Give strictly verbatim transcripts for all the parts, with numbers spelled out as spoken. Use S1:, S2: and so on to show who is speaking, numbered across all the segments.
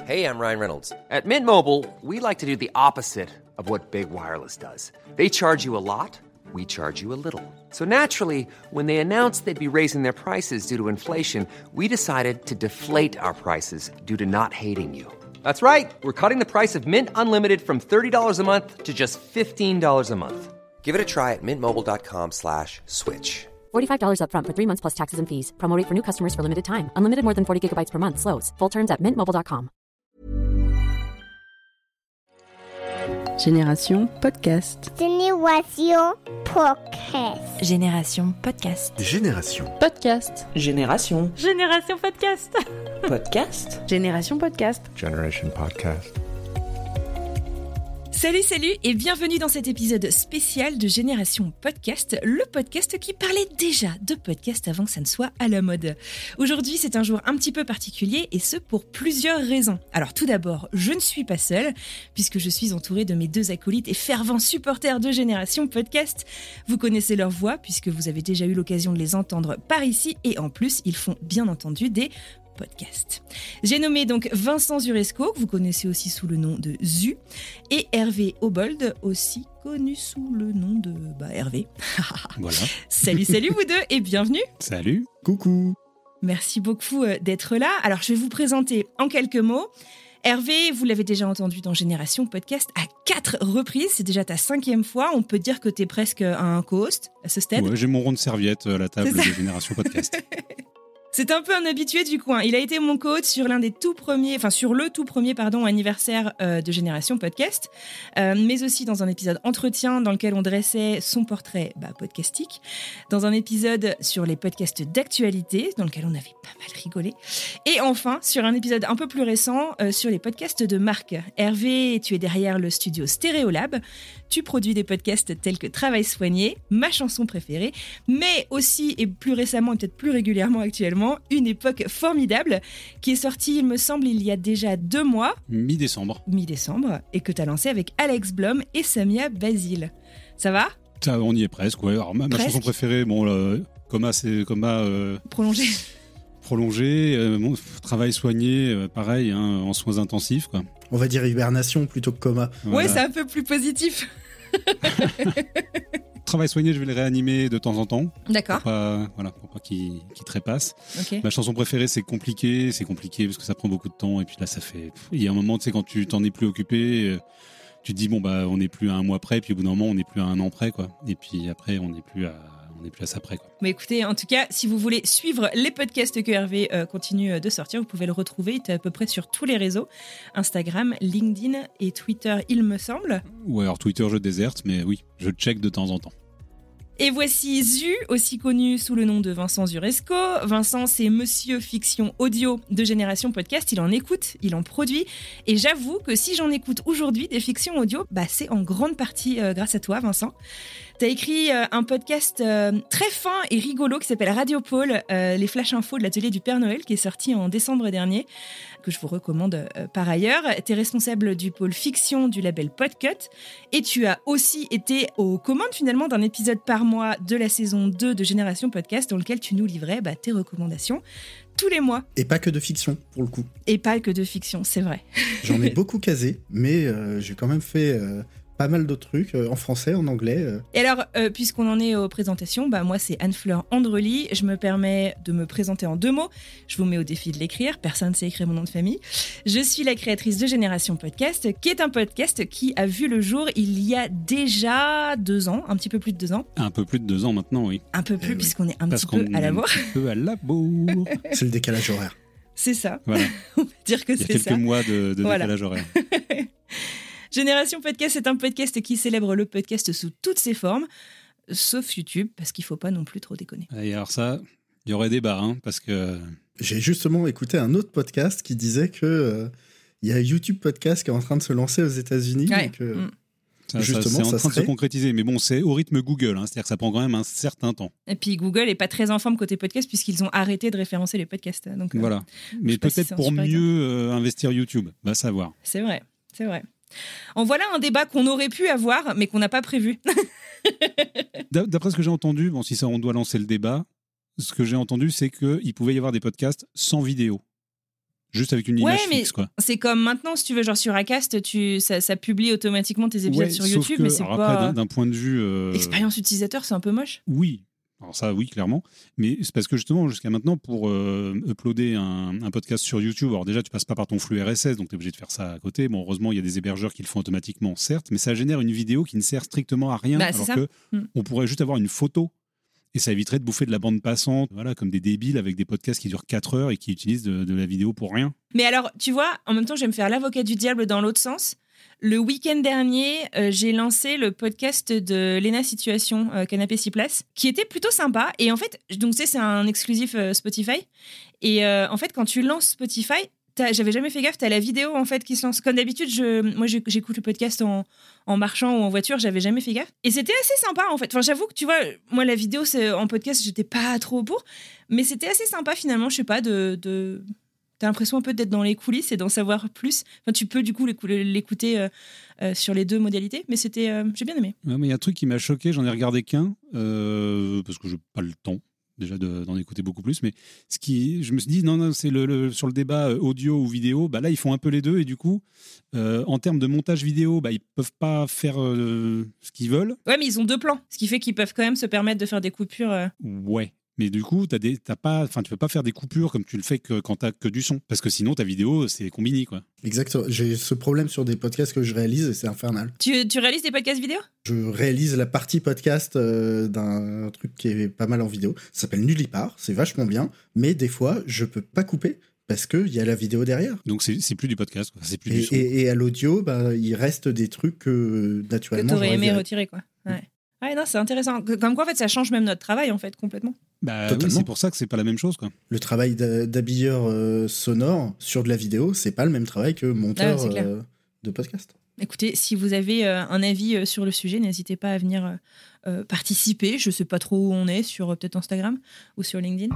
S1: Hey, I'm Ryan Reynolds. At Mint Mobile, we like to do the opposite of what Big Wireless does. They charge you a lot, we charge you a little. So naturally, when they announced they'd be raising their prices due to inflation, we decided to deflate our prices due to not hating you. That's right. We're cutting the price of Mint Unlimited from thirty dollars a month to just fifteen dollars a month. Give it a try at mintmobile.com slash switch.
S2: forty-five dollars up front for three months plus taxes and fees. Promo rate for new customers for limited time. Unlimited more than forty gigabytes per month slows. Full terms at mint mobile dot com.
S3: Génération Podcast.
S4: Génération Podcast.
S5: Génération Podcast.
S6: Génération
S3: Podcast.
S7: Génération.
S5: Génération Podcast.
S7: Podcast.
S3: Génération Podcast.
S6: Generation Podcast.
S5: Salut, salut et bienvenue dans cet épisode spécial de Génération Podcast, le podcast qui parlait déjà de podcast avant que ça ne soit à la mode. Aujourd'hui, c'est un jour un petit peu particulier et ce pour plusieurs raisons. Alors tout d'abord, je ne suis pas seule puisque je suis entourée de mes deux acolytes et fervents supporters de Génération Podcast. Vous connaissez leur voix puisque vous avez déjà eu l'occasion de les entendre par ici et en plus, ils font bien entendu des podcast. J'ai nommé donc Vincent Zuresco, que vous connaissez aussi sous le nom de Zu, et Hervé Obold, aussi connu sous le nom de bah, Hervé.
S8: Voilà.
S5: Salut, salut vous deux et bienvenue.
S8: Salut.
S6: Coucou.
S5: Merci beaucoup d'être là. Alors, je vais vous présenter en quelques mots. Hervé, vous l'avez déjà entendu dans Génération Podcast à quatre reprises. C'est déjà ta cinquième fois. On peut dire que t'es presque un co-host à ce stade.
S8: Ouais, j'ai mon rond de serviette à la table de Génération Podcast.
S5: C'est un peu un habitué du coin. Il a été mon coach sur l'un des tout premiers, enfin sur le tout premier pardon anniversaire euh, de Génération Podcast, euh, mais aussi dans un épisode entretien dans lequel on dressait son portrait bah, podcastique, dans un épisode sur les podcasts d'actualité dans lequel on avait pas mal rigolé, et enfin sur un épisode un peu plus récent euh, sur les podcasts de marque. Hervé, tu es derrière le studio Stéréolab. Tu produis des podcasts tels que Travail soigné, ma chanson préférée, mais aussi et plus récemment et peut-être plus régulièrement actuellement, Une époque formidable, qui est sortie, il me semble, il y a déjà deux mois.
S8: Mi-décembre.
S5: Mi-décembre, et que tu as lancé avec Alex Blom et Samia Basile. Ça va ?
S8: Ça, on y est presque, ouais. Alors, ma, ma chanson préférée, bon, là, Coma, c'est Coma. Euh,
S5: prolongé.
S8: Prolongé. Euh, bon, Travail soigné, euh, pareil, hein, en soins intensifs, quoi.
S6: On va dire hibernation plutôt que coma.
S5: Voilà. Ouais, c'est un peu plus positif.
S8: Travail soigné, je vais le réanimer de temps en temps.
S5: D'accord.
S8: Pour pas, voilà, pour pas qu'il, qu'il trépasse.
S5: Okay.
S8: Ma chanson préférée, c'est compliqué. C'est compliqué parce que ça prend beaucoup de temps. Et puis là, ça fait. Il y a un moment, tu sais, quand tu t'en es plus occupé, euh, tu te dis bon bah, on n'est plus à un mois près. Puis au bout d'un moment, on n'est plus à un an près, quoi. Et puis après, on n'est plus à. On n'est plus à ça près, quoi.
S5: Mais écoutez, en tout cas, si vous voulez suivre les podcasts que Hervé euh, continue de sortir, vous pouvez le retrouver. Il est à peu près sur tous les réseaux. Instagram, LinkedIn et Twitter, il me semble.
S8: Ouais, alors Twitter, je déserte, mais oui, je check de temps en temps.
S5: Et voici Zu, aussi connu sous le nom de Vincent Zuresco. Vincent, c'est Monsieur Fiction Audio de Génération Podcast. Il en écoute, il en produit. Et j'avoue que si j'en écoute aujourd'hui des fictions audio, bah c'est en grande partie euh, grâce à toi, Vincent. T'as écrit euh, un podcast euh, très fin et rigolo qui s'appelle Radio Pôle, euh, les flash infos de l'atelier du Père Noël, qui est sorti en décembre dernier, que je vous recommande euh, par ailleurs. T'es responsable du pôle fiction du label Podcut et tu as aussi été aux commandes finalement d'un épisode par mois de la saison deux de Génération Podcast dans lequel tu nous livrais bah, tes recommandations tous les mois.
S6: Et pas que de fiction, pour le coup.
S5: Et pas que de fiction, c'est vrai.
S6: J'en ai beaucoup casé, mais euh, j'ai quand même fait... Euh... pas mal d'autres trucs, euh, en français, en anglais. Euh.
S5: Et alors, euh, puisqu'on en est aux présentations, bah moi c'est Anne-Fleur Andrely, je me permets de me présenter en deux mots, je vous mets au défi de l'écrire, personne ne sait écrire mon nom de famille. Je suis la créatrice de Génération Podcast, qui est un podcast qui a vu le jour il y a déjà deux ans, un petit peu plus de deux ans.
S8: Un peu plus de deux ans maintenant, oui.
S5: Un peu plus,
S6: eh
S5: puisqu'on
S6: oui.
S5: est un
S8: Parce
S5: petit peu à la bourre.
S8: Un petit peu à la bourre.
S6: C'est le décalage horaire.
S5: C'est ça,
S8: voilà.
S5: On peut dire que
S8: il y a
S5: c'est
S8: quelques
S5: ça.
S8: mois de, de
S5: Voilà.
S8: décalage horaire.
S5: Génération Podcast, c'est un podcast qui célèbre le podcast sous toutes ses formes, sauf YouTube, parce qu'il ne faut pas non plus trop déconner.
S8: Et alors ça, il y aurait débat, hein, parce que...
S6: J'ai justement écouté un autre podcast qui disait que euh, il y a YouTube Podcast qui est en train de se lancer aux États-Unis.
S5: Ouais.
S6: Donc, euh,
S5: Mm.
S8: Ça,
S6: Justement,
S8: ça, c'est en
S6: ça
S8: train de
S6: serait...
S8: se concrétiser. Mais bon, c'est au rythme Google, hein, c'est-à-dire que ça prend quand même un certain temps.
S5: Et puis Google n'est pas très en forme côté podcast, puisqu'ils ont arrêté de référencer les podcasts. Donc, euh,
S8: Voilà. Mais
S5: sais pas si
S8: peut-être
S5: c'est un
S8: pour
S5: super
S8: mieux euh, investir YouTube, va savoir.
S5: C'est vrai, c'est vrai. En voilà un débat qu'on aurait pu avoir, mais qu'on n'a pas prévu.
S8: D'a- D'après ce que j'ai entendu, bon, si ça on doit lancer le débat, ce que j'ai entendu, c'est qu'il pouvait y avoir des podcasts sans vidéo. Juste avec une
S5: Ouais,
S8: image
S5: mais
S8: fixe, quoi.
S5: c'est comme maintenant, si tu veux, genre sur Acast, tu, ça, ça publie automatiquement tes épisodes
S8: Ouais,
S5: sur
S8: sauf
S5: YouTube,
S8: que,
S5: mais c'est
S8: alors
S5: pas...
S8: après, d'un, d'un point de vue... euh,
S5: Expérience utilisateur, c'est un peu moche.
S8: Oui. Alors ça, oui, clairement. Mais c'est parce que justement, jusqu'à maintenant, pour euh, uploader un, un podcast sur YouTube, alors déjà, tu passes pas par ton flux R S S, donc tu es obligé de faire ça à côté. Bon, heureusement, il y a des hébergeurs qui le font automatiquement, certes, mais ça génère une vidéo qui ne sert strictement à rien,
S5: Bah, c'est
S8: alors
S5: ça.
S8: que
S5: Mm.
S8: on pourrait juste avoir une photo. Et ça éviterait de bouffer de la bande passante, voilà, comme des débiles avec des podcasts qui durent quatre heures et qui utilisent de, de la vidéo pour rien.
S5: Mais alors, tu vois, en même temps, je vais me faire l'avocat du diable dans l'autre sens. Le week-end dernier, euh, j'ai lancé le podcast de Lena Situation, euh, Canapé six places, qui était plutôt sympa. Et en fait, donc tu sais, c'est un exclusif euh, Spotify. Et euh, en fait, quand tu lances Spotify, t'as- j'avais jamais fait gaffe, t'as la vidéo en fait qui se lance. Comme d'habitude, je, moi je- j'écoute le podcast en, en marchant ou en voiture, j'avais jamais fait gaffe. Et c'était assez sympa en fait. Enfin, j'avoue que tu vois, moi la vidéo c'est, en podcast, j'étais pas trop pour, mais c'était assez sympa finalement, je sais pas, de. de... T'as l'impression un peu d'être dans les coulisses et d'en savoir plus. Enfin, tu peux du coup l'écou- l'écouter euh, euh, sur les deux modalités, mais c'était, euh, j'ai bien aimé.
S8: Ouais, mais il y a un truc qui m'a choqué, j'en ai regardé qu'un, euh, parce que je n'ai pas le temps déjà de- d'en écouter beaucoup plus, mais ce qui, je me suis dit, non, non, c'est le, le- sur le débat euh, audio ou vidéo, bah là, ils font un peu les deux, et du coup, euh, en termes de montage vidéo, bah, ils peuvent pas faire euh, ce qu'ils veulent.
S5: Ouais, mais ils ont deux plans, ce qui fait qu'ils peuvent quand même se permettre de faire des coupures. euh.
S8: Ouais. Mais du coup, t'as des, t'as pas, enfin, tu peux pas faire des coupures comme tu le fais que, quand t'as que du son. Parce que sinon, ta vidéo, c'est combiné, quoi.
S6: Exactement. J'ai ce problème sur des podcasts que je réalise et c'est infernal.
S5: Tu, tu réalises des podcasts vidéo ?
S6: Je réalise la partie podcast euh, d'un truc qui est pas mal en vidéo. Ça s'appelle Nullipar, c'est vachement bien, mais des fois, je peux pas couper parce qu'il y a la vidéo derrière.
S8: Donc, c'est, c'est plus du podcast, quoi. C'est plus
S6: Et,
S8: du son.
S6: et- et à l'audio, bah, il reste des trucs que
S5: Que
S6: naturellement.
S5: t'aurais
S6: j'aurais
S5: aimé
S6: viré.
S5: retirer, quoi. Ouais. Ouais, non, c'est intéressant. Que- Comme quoi, en fait, ça change même notre travail, en fait, complètement.
S8: Bah, oui,
S6: Totalement.
S8: c'est pour ça que c'est pas la même chose, quoi.
S6: Le travail d'a- d'habilleur euh, sonore sur de la vidéo, c'est pas le même travail que monteur
S5: Ah, c'est clair.
S6: euh, de podcast.
S5: Écoutez, si vous avez euh, un avis euh, sur le sujet, n'hésitez pas à venir euh, euh, participer. Je sais pas trop où on est, sur euh, peut-être Instagram ou sur LinkedIn.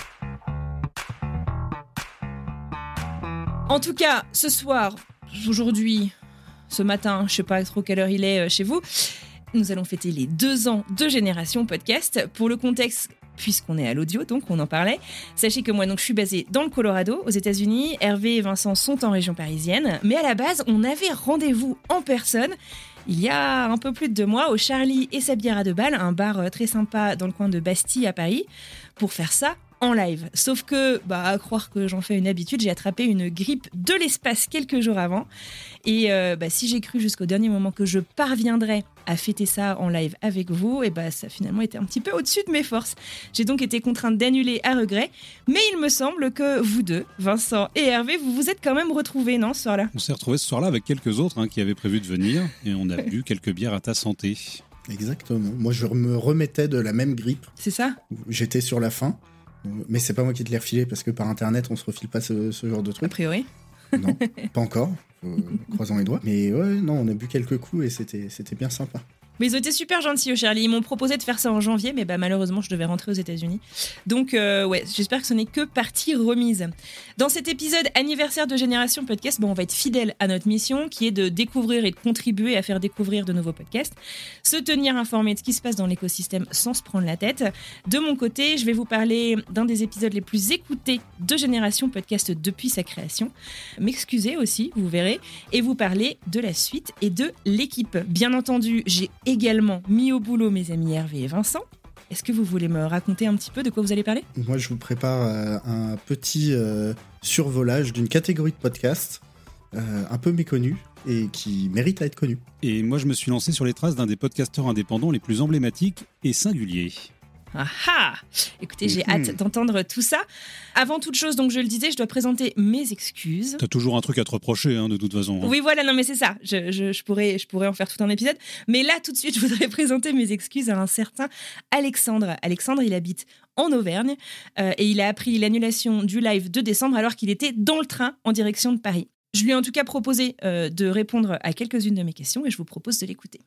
S5: En tout cas, ce soir, aujourd'hui, ce matin, je sais pas trop quelle heure il est euh, chez vous, nous allons fêter les deux ans de Génération Podcast. Pour le contexte, puisqu'on est à l'audio, donc on en parlait, sachez que moi, donc, je suis basée dans le Colorado, aux États-Unis. Hervé et Vincent sont en région parisienne. Mais à la base, on avait rendez-vous en personne il y a un peu plus de deux mois au Charlie et sa bière à deux balles, un bar euh, très sympa dans le coin de Bastille à Paris, pour faire ça en live. Sauf que, bah, à croire que j'en fais une habitude, j'ai attrapé une grippe de l'espace quelques jours avant. Et euh, bah, si j'ai cru jusqu'au dernier moment que je parviendrais à fêter ça en live avec vous, et bah, ça a finalement été un petit peu au-dessus de mes forces. J'ai donc été contrainte d'annuler à regret. Mais il me semble que vous deux, Vincent et Hervé, vous vous êtes quand même retrouvés, non, ce soir-là ?
S8: On s'est retrouvés ce soir-là avec quelques autres hein, qui avaient prévu de venir et on a bu quelques bières à ta santé.
S6: Exactement. Moi, je me remettais de la même grippe.
S5: C'est ça ?
S6: J'étais sur la fin. Mais c'est pas moi qui te l'ai refilé parce que par internet on se refile pas ce, ce genre de
S5: A
S6: truc.
S5: priori.
S6: Non, pas encore. Euh, croisons les doigts. Mais ouais, non, on a bu quelques coups et c'était c'était bien sympa.
S5: Mais ils ont été super gentils au Charlie. Ils m'ont proposé de faire ça en janvier, mais bah, malheureusement, je devais rentrer aux États-Unis. Donc, euh, ouais, j'espère que ce n'est que partie remise. Dans cet épisode anniversaire de Génération Podcast, bon, on va être fidèle à notre mission, qui est de découvrir et de contribuer à faire découvrir de nouveaux podcasts, se tenir informé de ce qui se passe dans l'écosystème sans se prendre la tête. De mon côté, je vais vous parler d'un des épisodes les plus écoutés de Génération Podcast depuis sa création. M'excuser aussi, vous verrez, et vous parler de la suite et de l'équipe. Bien entendu, j'ai également mis au boulot mes amis Hervé et Vincent. Est-ce que vous voulez me raconter un petit peu de quoi vous allez parler ?
S6: Moi, je vous prépare euh, un petit euh, survolage d'une catégorie de podcasts euh, un peu méconnue et qui mérite à être connue.
S8: Et moi, je me suis lancé sur les traces d'un des podcasteurs indépendants les plus emblématiques et singuliers.
S5: Ah ah ! Écoutez, j'ai
S8: Mhm.
S5: hâte d'entendre tout ça. Avant toute chose, donc je le disais, je dois présenter mes excuses.
S8: T'as toujours un truc à te reprocher, hein, de toute façon. hein.
S5: Oui, voilà, non mais c'est ça. Je, je, je, pourrais, je pourrais en faire tout un épisode. Mais là, tout de suite, je voudrais présenter mes excuses à un certain Alexandre. Alexandre, il habite en Auvergne euh, et il a appris l'annulation du live de décembre alors qu'il était dans le train en direction de Paris. Je lui ai en tout cas proposé euh, de répondre à quelques-unes de mes questions et je vous propose de l'écouter.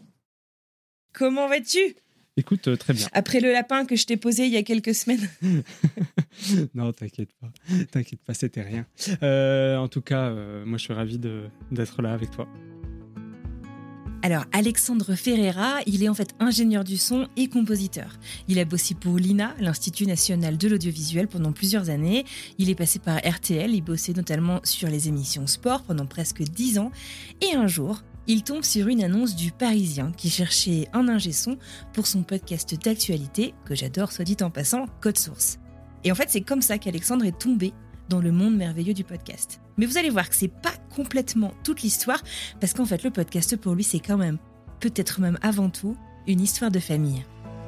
S5: Comment vas-tu ?
S9: Écoute, euh, très bien.
S5: Après le lapin que je t'ai posé il y a quelques semaines.
S9: Non, t'inquiète pas. T'inquiète pas, c'était rien. Euh, en tout cas, euh, moi, je suis ravi de, d'être là avec toi.
S5: Alors, Alexandre Ferreira, il est en fait ingénieur du son et compositeur. Il a bossé pour l'I N A, l'Institut national de l'audiovisuel, pendant plusieurs années. Il est passé par R T L, il bossait notamment sur les émissions sport pendant presque dix ans. Et un jour, il tombe sur une annonce du Parisien qui cherchait un ingé son pour son podcast d'actualité, que j'adore, soit dit en passant, Code Source. Et en fait, c'est comme ça qu'Alexandre est tombé dans le monde merveilleux du podcast. Mais vous allez voir que c'est pas complètement toute l'histoire, parce qu'en fait, le podcast, pour lui, c'est quand même, peut-être même avant tout, une histoire de famille.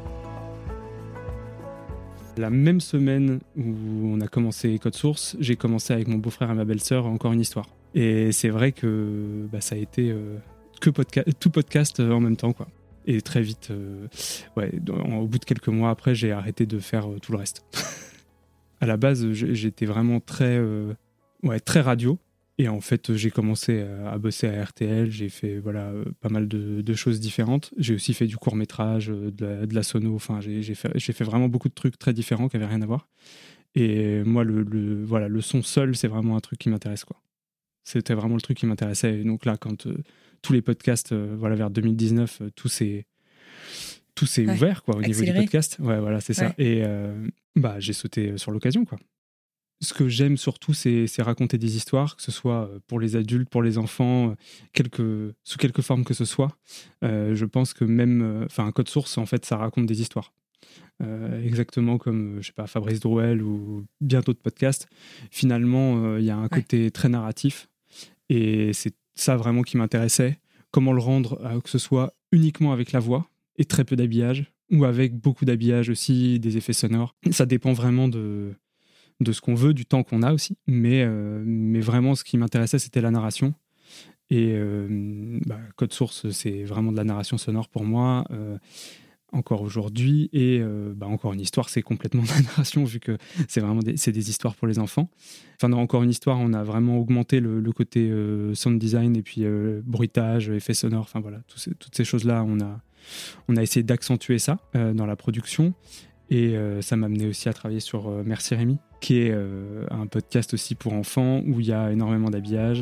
S9: La même semaine où on a commencé Code Source, j'ai commencé avec mon beau-frère et ma belle-sœur encore une histoire. Et c'est vrai que bah, ça a été euh, que podca- tout podcast en même temps, quoi. Et très vite, euh, ouais, au bout de quelques mois après, j'ai arrêté de faire euh, tout le reste. À la base, j'étais vraiment très, euh, ouais, très radio. Et en fait, j'ai commencé à bosser à R T L. J'ai fait voilà, pas mal de, de choses différentes. J'ai aussi fait du court-métrage, de la, de la sono. Enfin, j'ai, j'ai, fait, j'ai fait vraiment beaucoup de trucs très différents qui n'avaient rien à voir. Et moi, le, le, voilà, le son seul, c'est vraiment un truc qui m'intéresse, quoi. C'était vraiment le truc qui m'intéressait. Et donc là, quand euh, tous les podcasts, euh, voilà, vers deux mille dix-neuf, euh, tout s'est... tout s'est ouais. ouvert quoi, au Accéléré. Niveau du podcast. Ouais, voilà, c'est ouais. ça. Et euh, bah, j'ai sauté sur l'occasion, quoi. Ce que j'aime surtout, c'est, c'est raconter des histoires, que ce soit pour les adultes, pour les enfants, quelque, sous quelque forme que ce soit. Euh, je pense que même, enfin, un Code Source, en fait, ça raconte des histoires. Euh, exactement comme, je sais pas, Fabrice Drouel ou bien d'autres podcasts. Finalement, il euh, y a un côté ouais. très narratif. Et c'est ça vraiment qui m'intéressait. Comment le rendre, euh, que ce soit uniquement avec la voix et très peu d'habillage, ou avec beaucoup d'habillage aussi, des effets sonores. Ça dépend vraiment de, de ce qu'on veut, du temps qu'on a aussi. Mais, euh, mais vraiment, ce qui m'intéressait, c'était la narration. Et euh, bah, Code Source, c'est vraiment de la narration sonore pour moi, euh, encore aujourd'hui. Et euh, bah, encore une histoire, c'est complètement de la narration, vu que c'est vraiment des, c'est des histoires pour les enfants. Enfin, dans Encore une histoire, on a vraiment augmenté le, le côté euh, sound design et puis euh, bruitage, effets sonores. Enfin voilà, tous ces, toutes ces choses-là, on a... On a essayé d'accentuer ça euh, dans la production et euh, ça m'a amené aussi à travailler sur euh, Merci Rémi, qui est euh, un podcast aussi pour enfants où il y a énormément d'habillage.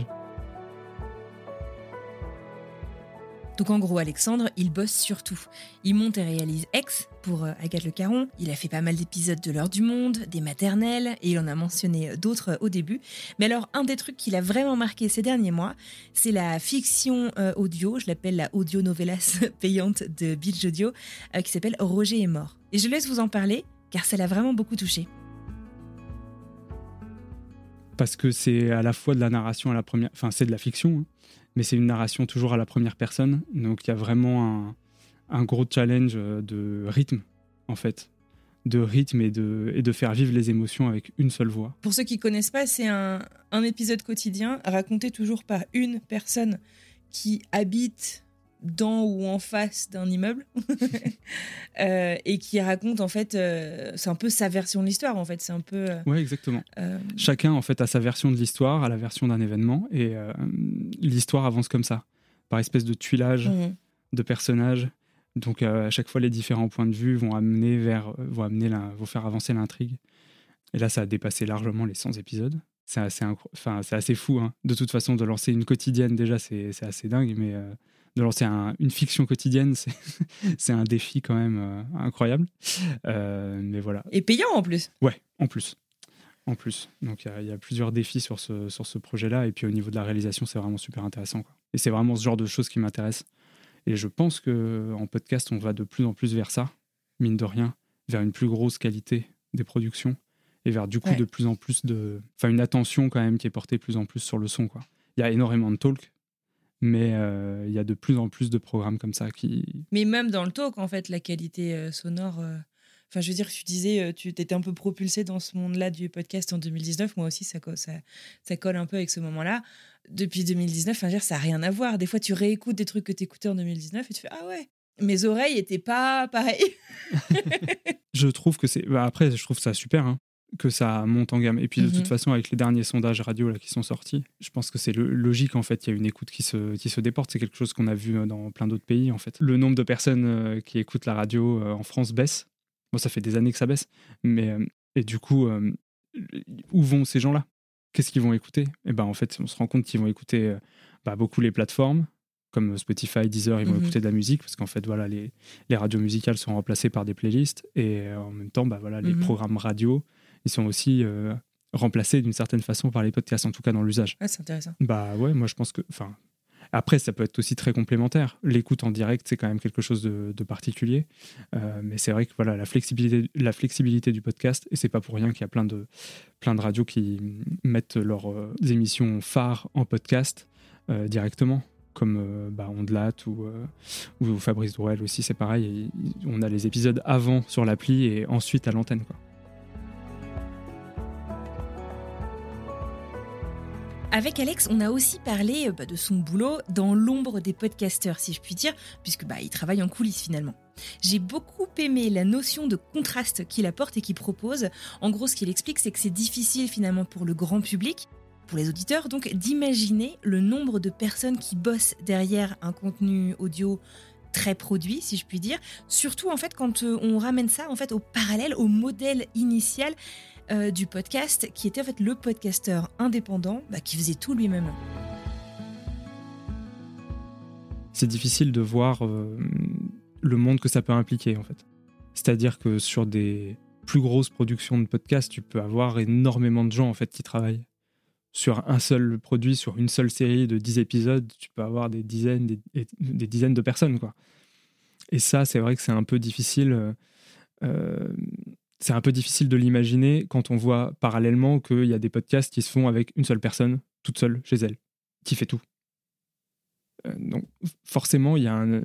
S5: Donc en gros, Alexandre, il bosse sur tout. Il monte et réalise Ex pour euh, Agathe Le Caron. Il a fait pas mal d'épisodes de L'Heure du Monde, des maternelles, et il en a mentionné d'autres euh, au début. Mais alors, un des trucs qui l'a vraiment marqué ces derniers mois, c'est la fiction euh, audio, je l'appelle la audio novelas payante de Beach Audio, euh, qui s'appelle Roger est mort. Et je laisse vous en parler, car ça l'a vraiment beaucoup touché.
S9: Parce que c'est à la fois de la narration à la première... Enfin, c'est de la fiction, hein. Mais c'est une narration toujours à la première personne. Donc, il y a vraiment un, un gros challenge de rythme, en fait. De rythme et de, et de faire vivre les émotions avec une seule voix.
S5: Pour ceux qui ne connaissent pas, c'est un, un épisode quotidien raconté toujours par une personne qui habite dans ou en face d'un immeuble euh, et qui raconte, en fait, euh, c'est un peu sa version de l'histoire, en fait. C'est un peu... Euh,
S9: ouais, exactement.
S5: Euh...
S9: Chacun, en fait, a sa version de l'histoire, a la version d'un événement, et euh, l'histoire avance comme ça, par espèce de tuilage mmh. de personnages. Donc, euh, à chaque fois, les différents points de vue vont amener vers, vont amener la, vont faire avancer l'intrigue. Et là, ça a dépassé largement les cent épisodes. C'est assez, incro... enfin, c'est assez fou, hein. De toute façon, de lancer une quotidienne, déjà, c'est, c'est assez dingue, mais... Euh... de lancer un, une fiction quotidienne, c'est, c'est un défi quand même euh, incroyable. Euh, mais voilà.
S5: Et payant en plus.
S9: Ouais, en plus. En plus. Donc il y, y a plusieurs défis sur ce, sur ce projet-là. Et puis au niveau de la réalisation, c'est vraiment super intéressant, quoi. Et c'est vraiment ce genre de choses qui m'intéressent. Et je pense qu'en podcast, on va de plus en plus vers ça, mine de rien, vers une plus grosse qualité des productions et vers du coup ouais. de plus en plus de... Enfin, une attention quand même qui est portée de plus en plus sur le son, quoi. Il y a énormément de talk. Mais il euh, y a de plus en plus de programmes comme ça qui...
S5: Mais même dans le talk, en fait, la qualité euh, sonore... Euh... Enfin, je veux dire, tu disais, euh, tu étais un peu propulsé dans ce monde-là du podcast en deux mille dix-neuf. Moi aussi, ça, ça, ça colle un peu avec ce moment-là. Depuis deux mille dix-neuf, enfin, je veux dire, ça n'a rien à voir. Des fois, tu réécoutes des trucs que tu écoutais en deux mille dix-neuf et tu fais « Ah ouais !» Mes oreilles n'étaient pas pareilles.
S9: Je trouve que c'est... Bah, après, je trouve ça super, hein, que ça monte en gamme. Et puis, de mm-hmm. toute façon, avec les derniers sondages radio là, qui sont sortis, je pense que c'est le, logique, en fait. Il y a une écoute qui se, qui se déporte. C'est quelque chose qu'on a vu dans plein d'autres pays, en fait. Le nombre de personnes euh, qui écoutent la radio euh, en France baisse. Bon, ça fait des années que ça baisse. Mais, euh, et du coup, euh, où vont ces gens-là ? Qu'est-ce qu'ils vont écouter ? Et ben, en fait, on se rend compte qu'ils vont écouter euh, bah, beaucoup les plateformes, comme Spotify, Deezer, ils vont
S5: Mhm.
S9: écouter de la musique parce qu'en fait, voilà, les, les radios musicales sont remplacées par des playlists et euh, en même temps, bah, voilà, les
S5: Mhm.
S9: programmes radio, ils sont aussi euh, remplacés d'une certaine façon par les podcasts, en tout cas dans l'usage.
S5: Ouais, c'est intéressant.
S9: Bah ouais, moi je pense que... Enfin, après, ça peut être aussi très complémentaire. L'écoute en direct, c'est quand même quelque chose de, de particulier. Euh, mais c'est vrai que voilà, la flexibilité, la flexibilité du podcast, et c'est pas pour rien qu'il y a plein de, plein de radios qui mettent leurs euh, émissions phares en podcast euh, directement, comme euh, bah, Ondelat ou, euh, ou Fabrice Drouel aussi, c'est pareil. Et on a les épisodes avant sur l'appli et ensuite à l'antenne, quoi.
S5: Avec Alex, on a aussi parlé bah, de son boulot dans l'ombre des podcasteurs, si je puis dire, puisque bah, il travaille en coulisses finalement. J'ai beaucoup aimé la notion de contraste qu'il apporte et qu'il propose. En gros, ce qu'il explique, c'est que c'est difficile finalement pour le grand public, pour les auditeurs, donc d'imaginer le nombre de personnes qui bossent derrière un contenu audio très produit, si je puis dire. Surtout en fait quand euh, on ramène ça en fait au parallèle, au modèle initial euh, du podcast, qui était en fait le podcasteur indépendant bah, qui faisait tout lui-même.
S9: C'est difficile de voir euh, le monde que ça peut impliquer en fait. C'est-à-dire que sur des plus grosses productions de podcasts, tu peux avoir énormément de gens en fait qui travaillent. Sur un seul produit, sur une seule série de dix épisodes, tu peux avoir des dizaines, des, des dizaines de personnes, quoi. Et ça, c'est vrai que c'est un peu difficile. Euh, c'est un peu difficile de l'imaginer quand on voit parallèlement qu'il y a des podcasts qui se font avec une seule personne, toute seule, chez elle, qui fait tout. Euh, donc, forcément, il y a un,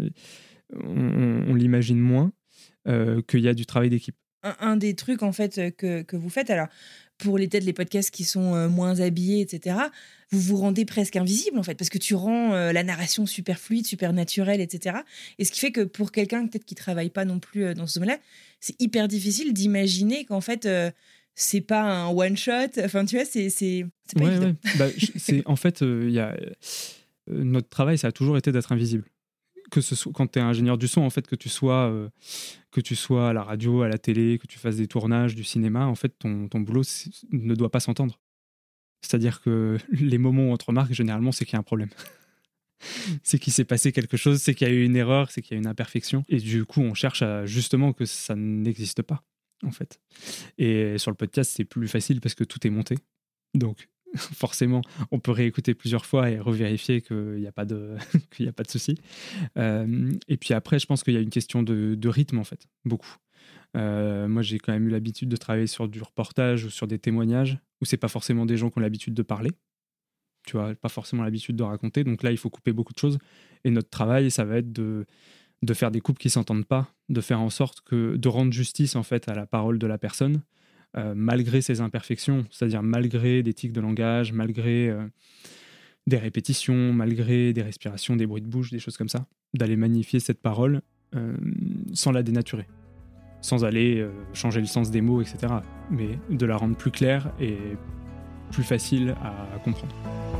S9: on, on l'imagine moins euh, qu'il y a du travail d'équipe.
S5: Un, un des trucs en fait que, que vous faites, alors pour les têtes les podcasts qui sont euh, moins habillés, et cetera, vous vous rendez presque invisible en fait, parce que tu rends euh, la narration super fluide, super naturelle, et cetera. Et ce qui fait que pour quelqu'un peut-être qui travaille pas non plus euh, dans ce domaine-là, c'est hyper difficile d'imaginer qu'en fait euh, c'est pas un one shot. Enfin tu vois, c'est c'est, c'est pas
S9: ouais,
S5: évident.
S9: ouais. Bah, c'est en fait, il euh, y a euh, notre travail, ça a toujours été d'être invisible. Que ce soit quand tu es ingénieur du son, en fait, que tu sois euh, que tu sois à la radio, à la télé, que tu fasses des tournages, du cinéma, en fait, ton, ton boulot ne doit pas s'entendre. C'est-à-dire que les moments où on te remarque, généralement, c'est qu'il y a un problème. C'est qu'il s'est passé quelque chose, c'est qu'il y a eu une erreur, c'est qu'il y a une imperfection. Et du coup, on cherche à justement que ça n'existe pas, en fait. Et sur le podcast, c'est plus facile parce que tout est monté. Donc, forcément, on peut réécouter plusieurs fois et revérifier qu'il n'y a pas de, qu'il n'y a pas de souci. Euh, et puis après, je pense qu'il y a une question de, de rythme, en fait, beaucoup. Euh, moi, j'ai quand même eu l'habitude de travailler sur du reportage ou sur des témoignages où c'est pas forcément des gens qui ont l'habitude de parler. Tu vois, pas forcément l'habitude de raconter. Donc là, il faut couper beaucoup de choses. Et notre travail, ça va être de, de faire des coupes qui s'entendent pas, de faire en sorte que, de rendre justice, en fait, à la parole de la personne, Euh, malgré ses imperfections, c'est-à-dire malgré des tics de langage, malgré euh, des répétitions, malgré des respirations, des bruits de bouche, des choses comme ça, d'aller magnifier cette parole euh, sans la dénaturer, sans aller euh, changer le sens des mots, et cetera, mais de la rendre plus claire et plus facile à, à comprendre.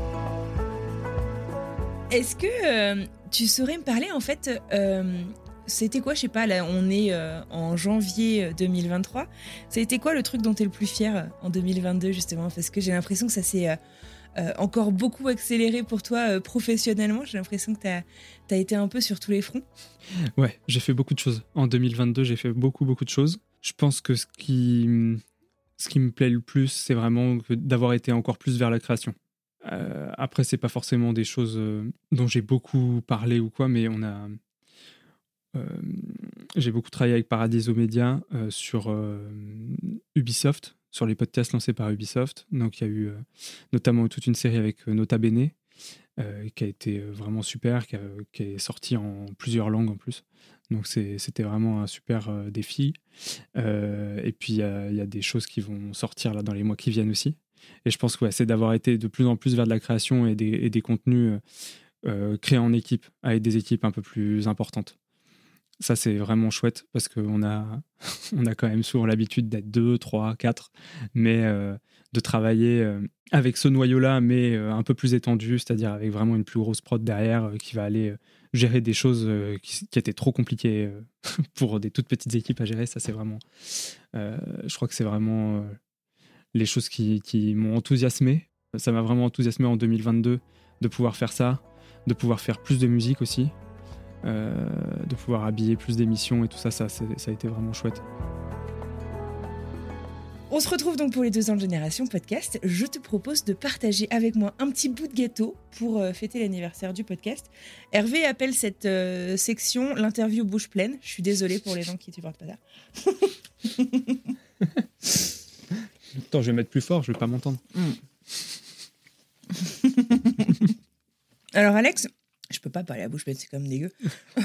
S5: Est-ce que euh, tu saurais me parler en fait euh, c'était quoi, je sais pas, là on est euh, en janvier deux mille vingt-trois, ça a été quoi le truc dont tu es le plus fier en deux mille vingt-deux justement, parce que j'ai l'impression que ça s'est euh, euh, encore beaucoup accéléré pour toi euh, professionnellement, j'ai l'impression que tu as été un peu sur tous les fronts.
S9: Ouais, j'ai fait beaucoup de choses. En deux mille vingt-deux, j'ai fait beaucoup, beaucoup de choses. Je pense que ce qui, ce qui me plaît le plus, c'est vraiment que d'avoir été encore plus vers la création. Euh, après, c'est pas forcément des choses euh, dont j'ai beaucoup parlé ou quoi, mais on a... Euh, j'ai beaucoup travaillé avec Paradiso Media euh, sur euh, Ubisoft, sur les podcasts lancés par Ubisoft. Donc il y a eu euh, notamment toute une série avec euh, Nota Bene, euh, qui a été euh, vraiment super, qui, a, qui est sortie en plusieurs langues en plus. Donc c'est, c'était vraiment un super euh, défi. Euh, et puis il y, y a des choses qui vont sortir là dans les mois qui viennent aussi. Et je pense que ouais, c'est d'avoir été de plus en plus vers de la création et des, et des contenus euh, créés en équipe, avec des équipes un peu plus importantes. Ça, c'est vraiment chouette parce qu'on a, on a quand même souvent l'habitude d'être deux, trois, quatre, mais euh, de travailler euh, avec ce noyau-là, mais euh, un peu plus étendu, c'est-à-dire avec vraiment une plus grosse prod derrière euh, qui va aller euh, gérer des choses euh, qui, qui étaient trop compliquées euh, pour des toutes petites équipes à gérer. Ça, c'est vraiment... Euh, je crois que c'est vraiment euh, les choses qui, qui m'ont enthousiasmé. Ça m'a vraiment enthousiasmé en deux mille vingt-deux de pouvoir faire ça, de pouvoir faire plus de musique aussi, euh, de pouvoir habiller plus d'émissions et tout ça, ça, ça a été vraiment chouette.
S5: On se retrouve donc pour les deux ans de Génération Podcast. Je te propose de partager avec moi un petit bout de gâteau pour euh, fêter l'anniversaire du podcast. Hervé appelle cette euh, section l'interview bouche pleine. Je suis désolée pour les gens qui ne supportent pas ça.
S9: Attends, je vais mettre plus fort, je ne vais pas m'entendre.
S5: Mm. Alors Alex, je peux pas parler à bouche pleine, c'est quand même dégueu.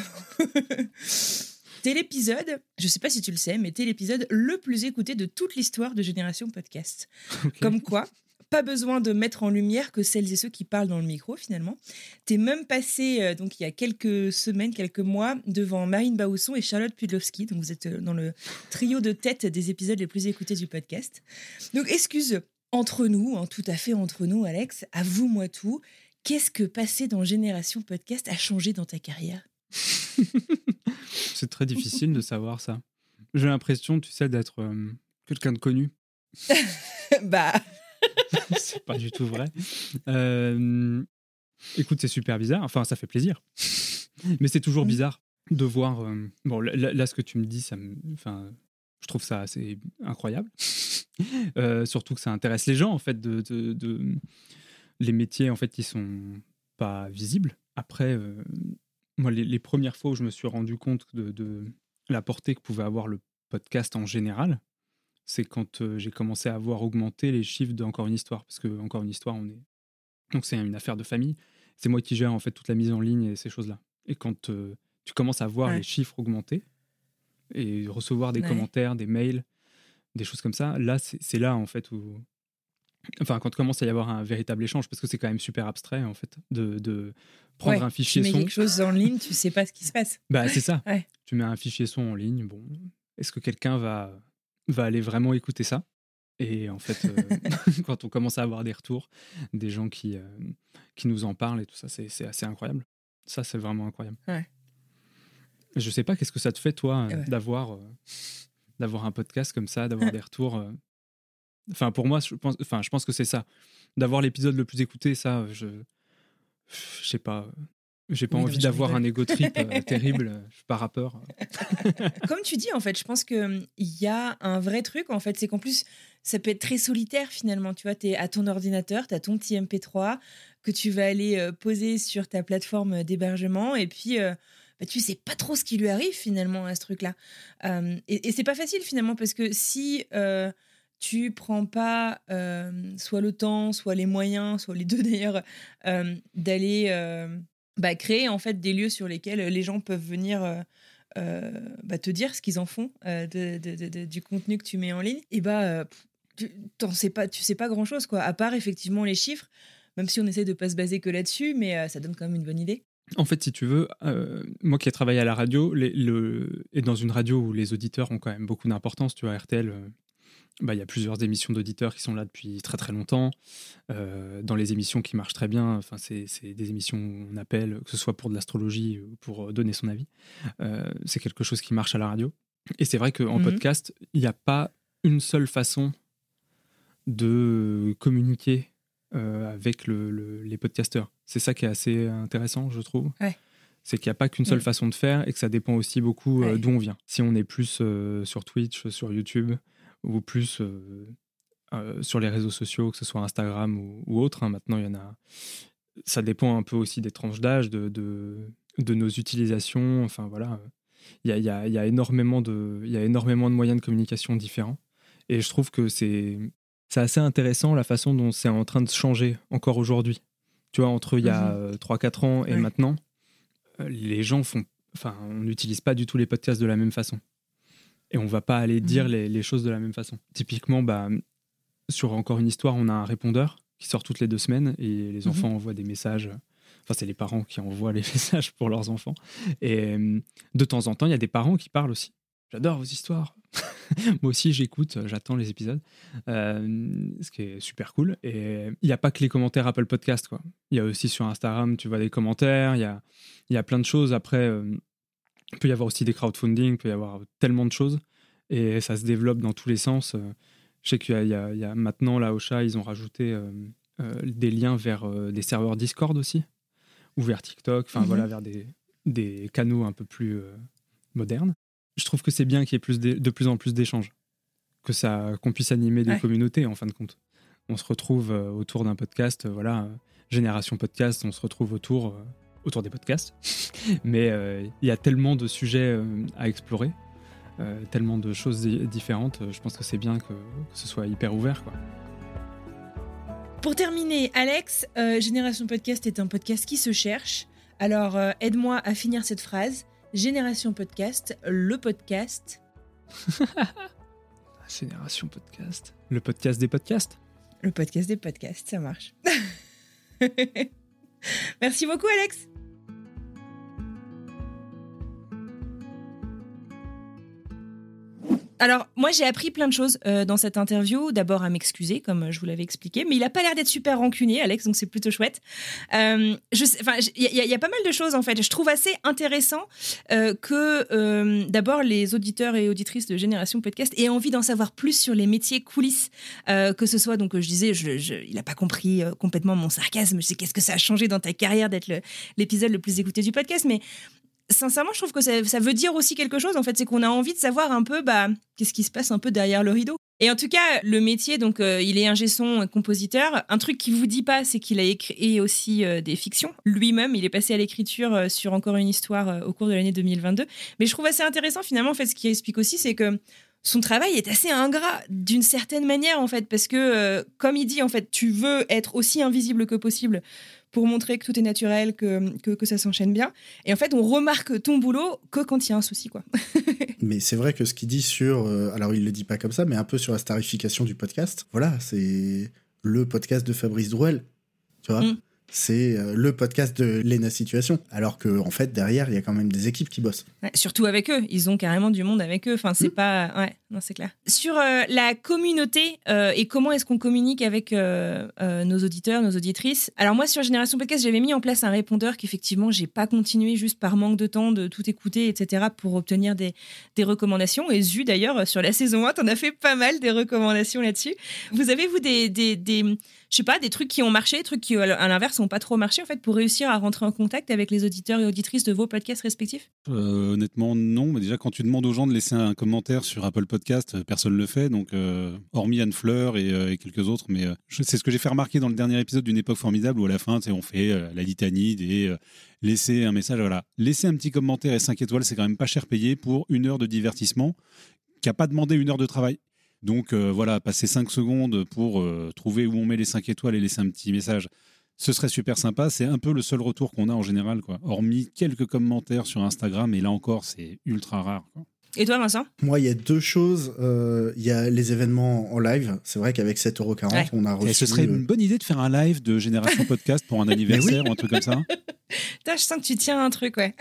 S5: T'es l'épisode, je sais pas si tu le sais, mais t'es l'épisode le plus écouté de toute l'histoire de Génération Podcast. Okay. Comme quoi, pas besoin de mettre en lumière que celles et ceux qui parlent dans le micro, finalement. T'es même passé, euh, donc il y a quelques semaines, quelques mois, devant Marine Baousson et Charlotte Pudlowski. Donc vous êtes dans le trio de tête des épisodes les plus écoutés du podcast. Donc excuse, entre nous, hein, tout à fait entre nous, Alex, avoue-moi tout. Qu'est-ce que passer dans Génération Podcast a changé dans ta carrière ?
S9: C'est très difficile de savoir ça. J'ai l'impression, tu sais, d'être euh, quelqu'un de connu.
S5: Bah...
S9: C'est pas du tout vrai. Euh, écoute, c'est super bizarre. Enfin, ça fait plaisir. Mais c'est toujours bizarre de voir... Euh, bon, là, là, ce que tu me dis, ça me... Enfin, je trouve ça assez incroyable. Euh, surtout que ça intéresse les gens, en fait, de... de, de... Les métiers, en fait, qui sont pas visibles. Après... Euh, Moi, les, les premières fois où je me suis rendu compte de, de la portée que pouvait avoir le podcast en général, c'est quand euh, j'ai commencé à voir augmenter les chiffres d'Encore une histoire. Parce que Encore une histoire, on est... Donc, c'est une affaire de famille. C'est moi qui gère en fait toute la mise en ligne et ces choses-là. Et quand euh, tu commences à voir ouais. les chiffres augmenter et recevoir des ouais. commentaires, des mails, des choses comme ça, là, c'est, c'est là en fait où... Enfin, quand commence à y avoir un véritable échange, parce que c'est quand même super abstrait, en fait, de, de prendre
S5: ouais,
S9: un fichier son.
S5: Tu mets quelque chose en ligne, tu sais pas ce qui se passe.
S9: Bah, c'est ça.
S5: Ouais.
S9: Tu mets un fichier son en ligne, bon, est-ce que quelqu'un va, va aller vraiment écouter ça ? Et en fait, euh, quand on commence à avoir des retours, des gens qui, euh, qui nous en parlent et tout ça, c'est, c'est assez incroyable. Ça, c'est vraiment incroyable.
S5: Ouais.
S9: Je sais pas, qu'est-ce que ça te fait, toi,
S5: ouais.
S9: d'avoir, euh, d'avoir un podcast comme ça, d'avoir des retours euh, Enfin, pour moi, je pense, enfin, je pense que c'est ça. D'avoir l'épisode le plus écouté, ça, je, je sais pas. J'ai pas
S5: oui,
S9: envie
S5: non,
S9: d'avoir un ego trip euh, terrible. Je suis pas rappeur.
S5: Comme tu dis, en fait, je pense qu'il y a un vrai truc, en fait, c'est qu'en plus, ça peut être très solitaire, finalement. Tu vois, t'es à ton ordinateur, t'as ton petit M P trois que tu vas aller euh, poser sur ta plateforme d'hébergement et puis... Euh, bah, tu sais pas trop ce qui lui arrive, finalement, à ce truc-là. Euh, et, et c'est pas facile, finalement, parce que si... Euh, tu prends pas euh, soit le temps, soit les moyens, soit les deux d'ailleurs, euh, d'aller euh, bah, créer en fait des lieux sur lesquels les gens peuvent venir euh, euh, bah, te dire ce qu'ils en font euh, de, de, de, de, du contenu que tu mets en ligne. Et bah euh, tu t'en sais pas, tu sais pas grand chose quoi, à part effectivement les chiffres, même si on essaie de pas se baser que là-dessus, mais euh, ça donne quand même une bonne idée.
S9: En fait, si tu veux, euh, moi qui ai travaillé à la radio, les, le, et dans une radio où les auditeurs ont quand même beaucoup d'importance, tu vois, R T L. Euh, Bah, y a plusieurs émissions d'auditeurs qui sont là depuis très très longtemps. Euh, dans les émissions qui marchent très bien, c'est, c'est des émissions où on appelle, que ce soit pour de l'astrologie ou pour donner son avis. Euh, c'est quelque chose qui marche à la radio. Et c'est vrai qu'en mmh. podcast, il n'y a pas une seule façon de communiquer euh, avec le, le, les podcasteurs. C'est ça qui est assez intéressant, je trouve.
S5: Ouais.
S9: C'est qu'il n'y a pas qu'une seule mmh. façon de faire et que ça dépend aussi beaucoup euh,
S5: ouais.
S9: d'où on vient. Si on est plus euh, sur Twitch, sur YouTube... ou plus euh, euh, sur les réseaux sociaux, que ce soit Instagram ou, ou autre. Hein. Maintenant, il y en a... Ça dépend un peu aussi des tranches d'âge, de, de, de nos utilisations. Enfin, voilà. Il y a, il y a, il y a énormément de, il y a énormément de moyens de communication différents. Et je trouve que c'est, c'est assez intéressant la façon dont c'est en train de changer encore aujourd'hui. Tu vois, entre il y a mmh. trois quatre ans et ouais. maintenant, les gens font... Enfin, on n'utilise pas du tout les podcasts de la même façon. Et on va pas aller dire mmh. les, les choses de la même façon. Typiquement, bah, sur Encore une histoire, on a un répondeur qui sort toutes les deux semaines et les mmh. enfants envoient des messages. Enfin, c'est les parents qui envoient les messages pour leurs enfants. Et de temps en temps, il y a des parents qui parlent aussi. J'adore vos histoires. Moi aussi, j'écoute, j'attends les épisodes. Euh, ce qui est super cool. Et il n'y a pas que les commentaires Apple Podcast, quoi. Il y a aussi sur Instagram, tu vois des commentaires. Il y a, il y a plein de choses. Après... Euh, il peut y avoir aussi des crowdfunding, il peut y avoir tellement de choses et ça se développe dans tous les sens. Je sais qu'il y a, il y a, il y a maintenant, là, au chat, ils ont rajouté euh, euh, des liens vers euh, des serveurs Discord aussi, ou vers TikTok, enfin
S5: Mhm.
S9: voilà, vers des, des canaux un peu plus euh, modernes. Je trouve que c'est bien qu'il y ait plus de, de plus en plus d'échanges, que ça, qu'on puisse animer des
S5: Ouais.
S9: communautés en fin de compte. On se retrouve euh, autour d'un podcast, euh, voilà, euh, Génération Podcast, on se retrouve autour, euh, autour des podcasts. Mais euh, il y a tellement de sujets euh, à explorer, euh, tellement de choses di- différentes. euh, Je pense que c'est bien que, que ce soit hyper ouvert, quoi.
S5: Pour terminer, Alex, euh, Génération Podcast est un podcast qui se cherche. Alors, euh, aide-moi à finir cette phrase. Génération Podcast, le podcast.
S9: Génération Podcast. Le podcast des podcasts.
S5: Le podcast des podcasts, ça marche. Merci beaucoup, Alex. Alors, moi, j'ai appris plein de choses euh, dans cette interview. D'abord, à m'excuser, comme je vous l'avais expliqué. Mais il a pas l'air d'être super rancunier, Alex, donc c'est plutôt chouette. Euh, je sais- enfin, il y, a- il y a pas mal de choses, en fait. Je trouve assez intéressant euh, que, euh, d'abord, les auditeurs et auditrices de Génération Podcast aient envie d'en savoir plus sur les métiers coulisses. Euh, que ce soit, donc, je disais, je, je, il n'a pas compris euh, complètement mon sarcasme. Je sais qu'est-ce que ça a changé dans ta carrière d'être le- l'épisode le plus écouté du podcast, mais sincèrement, je trouve que ça, ça veut dire aussi quelque chose. En fait, c'est qu'on a envie de savoir un peu, bah, qu'est-ce qui se passe un peu derrière le rideau. Et en tout cas, le métier, donc, euh, il est ingé son, euh, compositeur. Un truc qui vous dit pas, c'est qu'il a écrit aussi euh, des fictions. Lui-même, il est passé à l'écriture euh, sur Encore une histoire euh, au cours de l'année deux mille vingt-deux. Mais je trouve assez intéressant, finalement, en fait, ce qui explique aussi, c'est que son travail est assez ingrat d'une certaine manière, en fait, parce que, euh, comme il dit, en fait, tu veux être aussi invisible que possible pour montrer que tout est naturel, que, que, que ça s'enchaîne bien. Et en fait, on remarque ton boulot que quand il y a un souci, quoi.
S6: Mais c'est vrai que ce qu'il dit sur... euh, alors, il le dit pas comme ça, mais un peu sur la starification du podcast. Voilà, c'est le podcast de Fabrice Drouel, tu vois.
S5: Mm.
S6: C'est euh, le podcast de Lena Situation. Alors que en fait, derrière, il y a quand même des équipes qui bossent.
S5: Ouais, surtout avec eux, ils ont carrément du monde avec eux. Enfin, c'est
S6: Mm.
S5: pas, ouais, non, c'est clair. Sur euh, la communauté euh, et comment est-ce qu'on communique avec euh, euh, nos auditeurs, nos auditrices. Alors moi, sur Génération Podcast, j'avais mis en place un répondeur qu'effectivement, j'ai pas continué juste par manque de temps de tout écouter, et cetera, pour obtenir des, des recommandations. Et Zu, d'ailleurs, sur la saison un, t'en as fait pas mal des recommandations là-dessus. Vous avez vous des, des, des je sais pas, des trucs qui ont marché, des trucs qui, à l'inverse, n'ont pas trop marché, en fait, pour réussir à rentrer en contact avec les auditeurs et auditrices de vos podcasts respectifs?
S8: Euh, honnêtement, non. Mais déjà, quand tu demandes aux gens de laisser un commentaire sur Apple Podcast, euh, personne ne le fait. Donc, euh, hormis Anne Fleur et, euh, et quelques autres. Mais euh, je- c'est ce que j'ai fait remarquer dans le dernier épisode d'une époque formidable où à la fin, tu sais, on fait euh, la litanie des euh, laisser un message. Voilà. Laisser un petit commentaire et cinq étoiles, c'est quand même pas cher payé pour une heure de divertissement qui n'a pas demandé une heure de travail. Donc euh, voilà, passer cinq secondes pour euh, trouver où on met les cinq étoiles et laisser un petit message, ce serait super sympa. C'est un peu le seul retour qu'on a en général, quoi. Hormis quelques commentaires sur Instagram, et là encore, c'est ultra rare, quoi.
S5: Et toi, Vincent?
S6: Moi, il y a deux choses. Euh, Il y a les événements en live. C'est vrai qu'avec sept euros quarante,
S5: Ouais.
S6: on a reçu...
S8: Et ce serait
S6: euh,
S8: une bonne idée de faire un live de Génération Podcast pour un anniversaire ou un truc comme ça.
S5: Putain, je sens que tu tiens à un truc, ouais.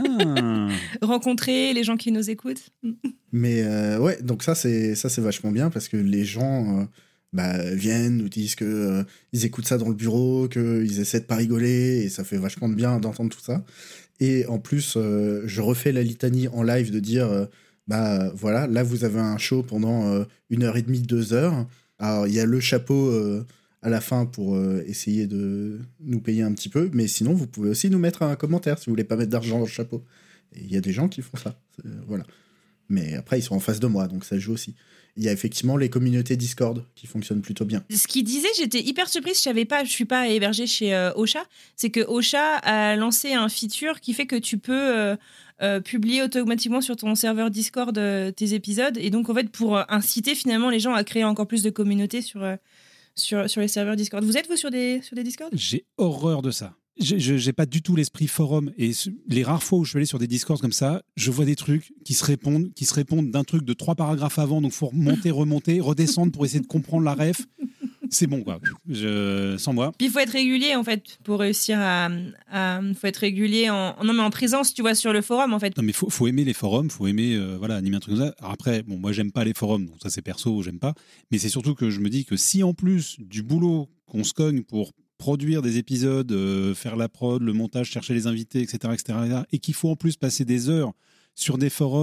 S8: Ah.
S5: Rencontrer les gens qui nous écoutent.
S6: Mais euh, ouais, donc ça c'est ça c'est vachement bien parce que les gens euh, bah, viennent, nous disent que euh, ils écoutent ça dans le bureau, qu'ils essaient de pas rigoler et ça fait vachement de bien d'entendre tout ça. Et en plus, euh, je refais la litanie en live de dire euh, bah voilà, là vous avez un show pendant euh, une heure et demie, deux heures. Alors il y a le chapeau euh, à la fin pour euh, essayer de nous payer un petit peu, mais sinon vous pouvez aussi nous mettre un commentaire si vous voulez pas mettre d'argent dans le chapeau. Et il y a des gens qui font ça, C'est- voilà. Mais après, ils sont en face de moi, donc ça joue aussi. Il y a effectivement les communautés Discord qui fonctionnent plutôt bien.
S5: Ce qu'il disait, j'étais hyper surprise. Je savais pas, je suis pas hébergée chez euh, Ocha. C'est que Ocha a lancé un feature qui fait que tu peux euh, euh, publier automatiquement sur ton serveur Discord euh, tes épisodes. Et donc, en fait, pour euh, inciter finalement les gens à créer encore plus de communautés sur, euh, sur, sur les serveurs Discord. Vous êtes, vous, sur des, sur des Discord?
S8: J'ai horreur de ça. J'ai- je- J'ai pas du tout l'esprit forum. Et ce- les rares fois où je suis allé sur des Discords comme ça, je vois des trucs qui se répondent, qui se répondent d'un truc de trois paragraphes avant. Donc, faut remonter, remonter, redescendre pour essayer de comprendre la ref. C'est bon, quoi. Je, sans moi.
S5: Puis il faut être régulier, en fait, pour réussir à. Il faut être régulier en, non, mais en présence, tu vois, sur le forum, en fait.
S8: Non, mais faut, faut aimer les forums, faut aimer euh, voilà, animer un truc comme ça. Alors après, bon, moi, j'aime pas les forums, donc ça, c'est perso, j'aime pas. Mais c'est surtout que je me dis que si en plus du boulot qu'on se cogne pour produire des épisodes, euh, faire la prod, le montage, chercher les invités, et cetera, et cetera, et qu'il faut en plus passer des heures sur des forums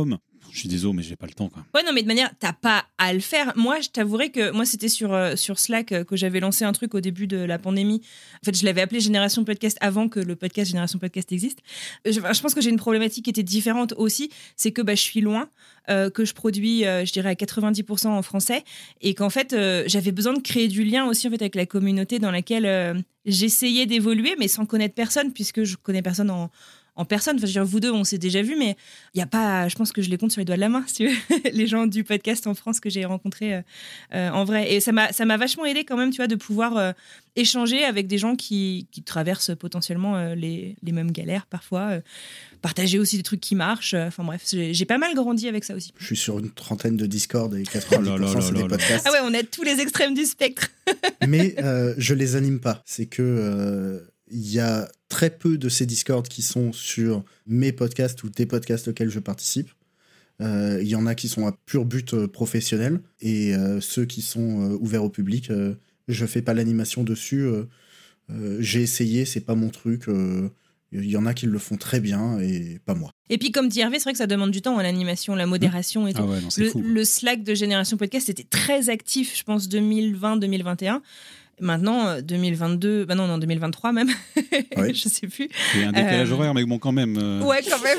S8: je suis désolé, mais j'ai pas le temps, quoi.
S5: Ouais, non, mais de manière, t'as pas à le faire. Moi, je t'avouerais que moi, c'était sur, euh, sur Slack euh, que j'avais lancé un truc au début de la pandémie. En fait, je l'avais appelé Génération Podcast avant que le podcast Génération Podcast existe. Je, je pense que j'ai une problématique qui était différente aussi. C'est que bah, je suis loin, euh, que je produis, euh, je dirais, à quatre-vingt-dix pour cent en français. Et qu'en fait, euh, j'avais besoin de créer du lien aussi en fait, avec la communauté dans laquelle euh, j'essayais d'évoluer, mais sans connaître personne, puisque je connais personne en. en personne, enfin, je veux dire, vous deux, on s'est déjà vus, mais il y a pas, je pense que je les compte sur les doigts de la main, si tu veux, les gens du podcast en France que j'ai rencontrés euh, euh, en vrai. Et ça m'a, ça m'a vachement aidé quand même, tu vois, de pouvoir euh, échanger avec des gens qui, qui traversent potentiellement euh, les, les mêmes galères parfois, euh, partager aussi des trucs qui marchent. Enfin bref, j'ai, j'ai pas mal grandi avec ça aussi.
S6: Je suis sur une trentaine de Discord et quatre-vingt-dix pour cent c'est des podcasts.
S5: Ah ouais, on est à tous les extrêmes du spectre.
S6: Mais euh, je les anime pas. C'est que euh, il y a très peu de ces Discords qui sont sur mes podcasts ou des podcasts auxquels je participe. Euh, il y en a qui sont à pur but euh, professionnel et euh, ceux qui sont euh, ouverts au public, euh, je fais pas l'animation dessus. Euh, euh, j'ai essayé, c'est pas mon truc. Euh, il y en a qui le font très bien et pas moi.
S5: Et puis, comme dit Hervé, c'est vrai que ça demande du temps, l'animation, la modération et tout.
S8: Ah ouais, non, c'est
S5: le,
S8: fou.
S5: le Slack de Génération Podcast était très actif, je pense, deux mille vingt deux mille vingt et un. Maintenant, deux mille vingt-deux, bah non, non, deux mille vingt-trois même,
S6: Ouais.
S5: je sais plus.
S8: Il y a un décalage
S5: Euh,
S8: horaire, mais bon, quand même. euh,
S5: Ouais, quand même.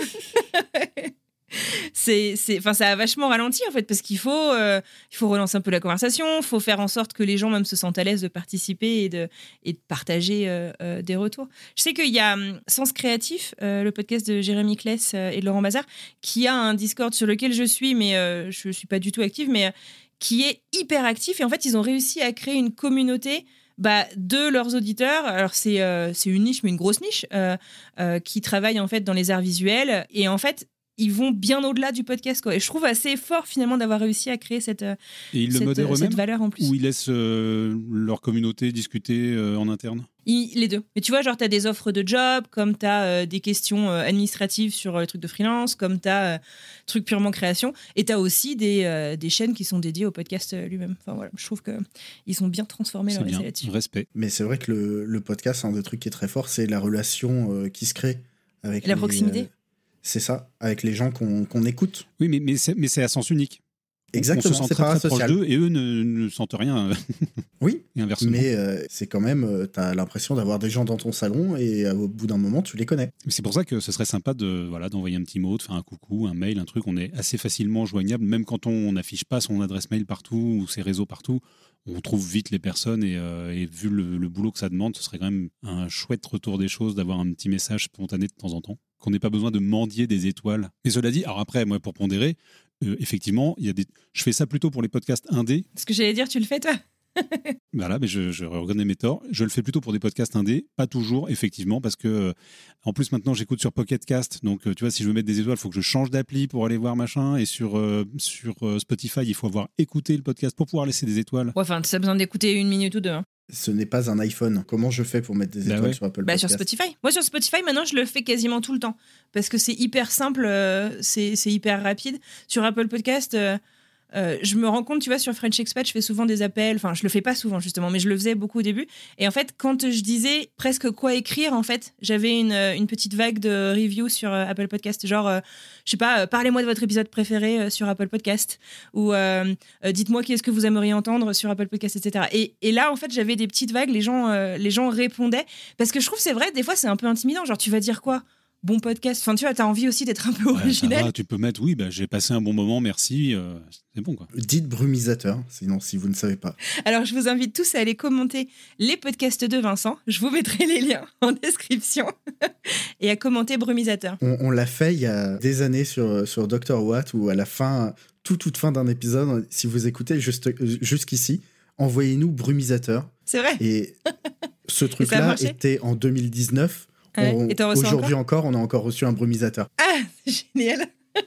S5: c'est, c'est, enfin, ça a vachement ralenti en fait, parce qu'il faut, euh, il faut relancer un peu la conversation, il faut faire en sorte que les gens même se sentent à l'aise de participer et de, et de partager euh, euh, des retours. Je sais qu'il y a hum, Sens Créatif, euh, le podcast de Jérémy Kless euh, et de Laurent Bazar, qui a un Discord sur lequel je suis, mais euh, je suis pas du tout active, mais euh, qui est hyper actif. Et en fait, ils ont réussi à créer une communauté bah, de leurs auditeurs. Alors, c'est, euh, c'est une niche, mais une grosse niche, euh, euh, qui travaille en fait dans les arts visuels. Et en fait, ils vont bien au-delà du podcast, quoi. Et je trouve assez fort, finalement, d'avoir réussi à créer cette,
S8: Et ils
S5: cette,
S8: le modèrent
S5: cette
S8: eux-mêmes
S5: valeur en plus.
S8: ou ils laissent euh, leur communauté discuter euh, en interne?
S5: Il- les deux. Mais tu vois, genre, t'as des offres de job, comme t'as euh, des questions euh, administratives sur euh, les trucs de freelance, comme t'as euh, trucs purement création, et t'as aussi des, euh, des chaînes qui sont dédiées au podcast euh, lui-même. Enfin voilà, je trouve qu'ils ont bien transformé
S8: C'est
S5: leur
S8: bien,
S5: essai là-dessus.
S8: respect.
S6: Mais c'est vrai que le, le podcast, un des trucs qui est très fort, c'est la relation euh, qui se crée avec
S5: Et la
S6: les,
S5: proximité.
S6: euh, c'est ça, avec les gens qu'on qu'on écoute.
S8: Oui, mais, mais, c'est, mais c'est à sens unique.
S6: Exactement,
S8: On se sent
S6: c'est
S8: très,
S6: pas
S8: très proche
S6: asocial.
S8: d'eux et eux ne, ne sentent rien.
S6: Oui,
S8: et inversement.
S6: mais euh, c'est quand même, euh, t'as l'impression d'avoir des gens dans ton salon et euh, au bout d'un moment, tu les connais.
S8: Mais c'est pour ça que ce serait sympa de, voilà, d'envoyer un petit mot, de faire un coucou, un mail, un truc. On est assez facilement joignable, même quand on n'affiche pas son adresse mail partout ou ses réseaux partout. On trouve vite les personnes et, euh, et vu le, le boulot que ça demande, ce serait quand même un chouette retour des choses d'avoir un petit message spontané de temps en temps, qu'on n'ait pas besoin de mendier des étoiles. Mais cela dit, alors après, moi, pour pondérer, euh, effectivement, il y a des... je fais ça plutôt pour les podcasts indés.
S5: Ce que j'allais dire, tu le fais toi?
S8: Voilà, mais je, je reconnais mes torts. Je le fais plutôt pour des podcasts indés, pas toujours, effectivement, parce que euh, en plus maintenant j'écoute sur Pocket Cast, donc euh, tu vois, si je veux mettre des étoiles, il faut que je change d'appli pour aller voir machin, et sur, euh, sur euh, Spotify, il faut avoir écouté le podcast pour pouvoir laisser des étoiles.
S5: Ouais, enfin, t'as besoin d'écouter une minute ou deux. Hein.
S6: Ce n'est pas un iPhone. Comment je fais pour mettre des
S8: Bah
S6: étoiles
S8: ouais.
S6: sur Apple
S5: Bah,
S6: Podcast?
S5: sur Spotify. Moi, sur Spotify, maintenant, je le fais quasiment tout le temps. Parce que c'est hyper simple, euh, c'est, c'est hyper rapide. Sur Apple Podcast, euh, euh, je me rends compte, tu vois, sur French Expat, je fais souvent des appels. Enfin, je le fais pas souvent, justement, mais je le faisais beaucoup au début. Et en fait, quand je disais presque quoi écrire, en fait, j'avais une, une petite vague de reviews sur euh, Apple Podcast. Genre, euh, je sais pas, euh, parlez-moi de votre épisode préféré euh, sur Apple Podcast. Ou euh, euh, dites-moi qu'est-ce que vous aimeriez entendre sur Apple Podcast, et cetera. Et, et là, en fait, j'avais des petites vagues, les gens, euh, les gens répondaient. Parce que je trouve, c'est vrai, des fois, c'est un peu intimidant. Genre, tu vas dire quoi? Bon podcast. Enfin, tu vois, t'as envie aussi d'être un peu
S8: Ouais, ça
S5: original.
S8: va, tu peux mettre, oui, bah, j'ai passé un bon moment, merci, euh, c'est bon quoi.
S6: Dites brumisateur, sinon si vous ne savez pas.
S5: Alors, je vous invite tous à aller commenter les podcasts de Vincent. Je vous mettrai les liens en description. Et à commenter Brumisateur.
S6: On, on l'a fait il y a des années sur, sur docteur Watt, où à la fin, tout, toute fin d'un épisode, si vous écoutez juste, jusqu'ici, envoyez-nous brumisateur.
S5: C'est vrai.
S6: Et ce
S5: a
S6: truc-là
S5: marché
S6: était en deux mille dix-neuf.
S5: Ouais.
S6: On-
S5: Et t'en reçois
S6: Aujourd'hui encore, on a encore reçu un brumisateur.
S5: Ah, c'est génial.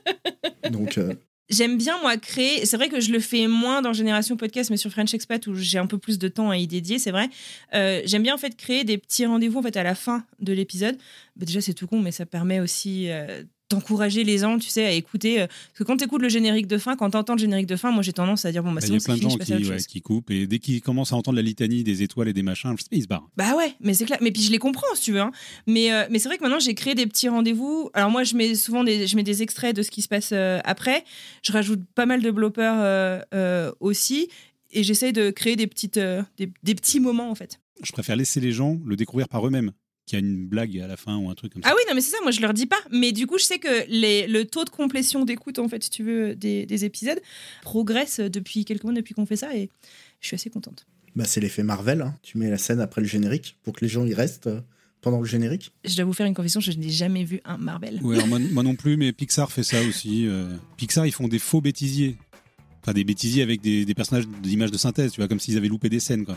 S6: Donc, euh,
S5: J'aime bien, moi, créer. C'est vrai que je le fais moins dans Génération Podcast, mais sur French Expat, où j'ai un peu plus de temps à y dédier, c'est vrai. Euh, j'aime bien, en fait, créer des petits rendez-vous en fait, à la fin de l'épisode. Bah, déjà, c'est tout con, mais ça permet aussi euh, d'encourager les gens, tu sais, à écouter. Euh, parce que quand tu écoutes le générique de fin, quand tu entends le générique de fin, moi j'ai tendance à dire bon, bah,
S8: Bah,
S5: c'est
S8: il y
S5: bon,
S8: a plein
S5: c'est
S8: de
S5: fini,
S8: gens
S5: je passe à
S8: qui,
S5: autre
S8: ouais,
S5: chose.
S8: qui coupent et dès qu'ils commencent à entendre la litanie des étoiles et des machins, ils se barrent.
S5: Bah ouais, mais c'est clair. Mais puis je les comprends, si tu veux. Hein. Mais, euh, mais c'est vrai que maintenant, j'ai créé des petits rendez-vous. Alors moi, je mets souvent des, je mets des extraits de ce qui se passe euh, après. Je rajoute pas mal de bloppers euh, euh, aussi. Et j'essaye de créer des, petites, euh, des, des petits moments, en fait.
S8: Je préfère laisser les gens le découvrir par eux-mêmes, qu'il y a une blague à la fin ou un truc comme ça.
S5: Ah oui, non, mais c'est ça, moi je leur dis pas. Mais du coup, je sais que les, le taux de complétion d'écoute, en fait, si tu veux, des, des épisodes, progresse depuis quelques mois, depuis qu'on fait ça. Et je suis assez contente.
S6: Bah, c'est l'effet Marvel, hein. Tu mets la scène après le générique pour que les gens y restent euh, pendant le générique.
S5: Je dois vous faire une confession, je n'ai jamais vu un Marvel.
S8: Ouais, alors moi, moi non plus, mais Pixar fait ça aussi. Euh, Pixar, ils font des faux bêtisiers. Enfin, des bêtisiers avec des, des personnages d'images de synthèse, tu vois, comme s'ils avaient loupé des scènes, quoi.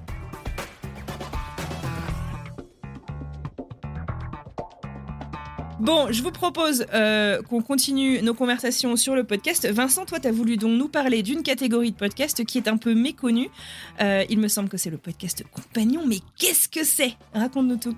S5: Bon, je vous propose euh, qu'on continue nos conversations sur le podcast. Vincent, toi, tu as voulu donc nous parler d'une catégorie de podcast qui est un peu méconnue. Euh, il me semble que c'est le podcast compagnon, mais qu'est-ce que c'est ? Raconte-nous tout.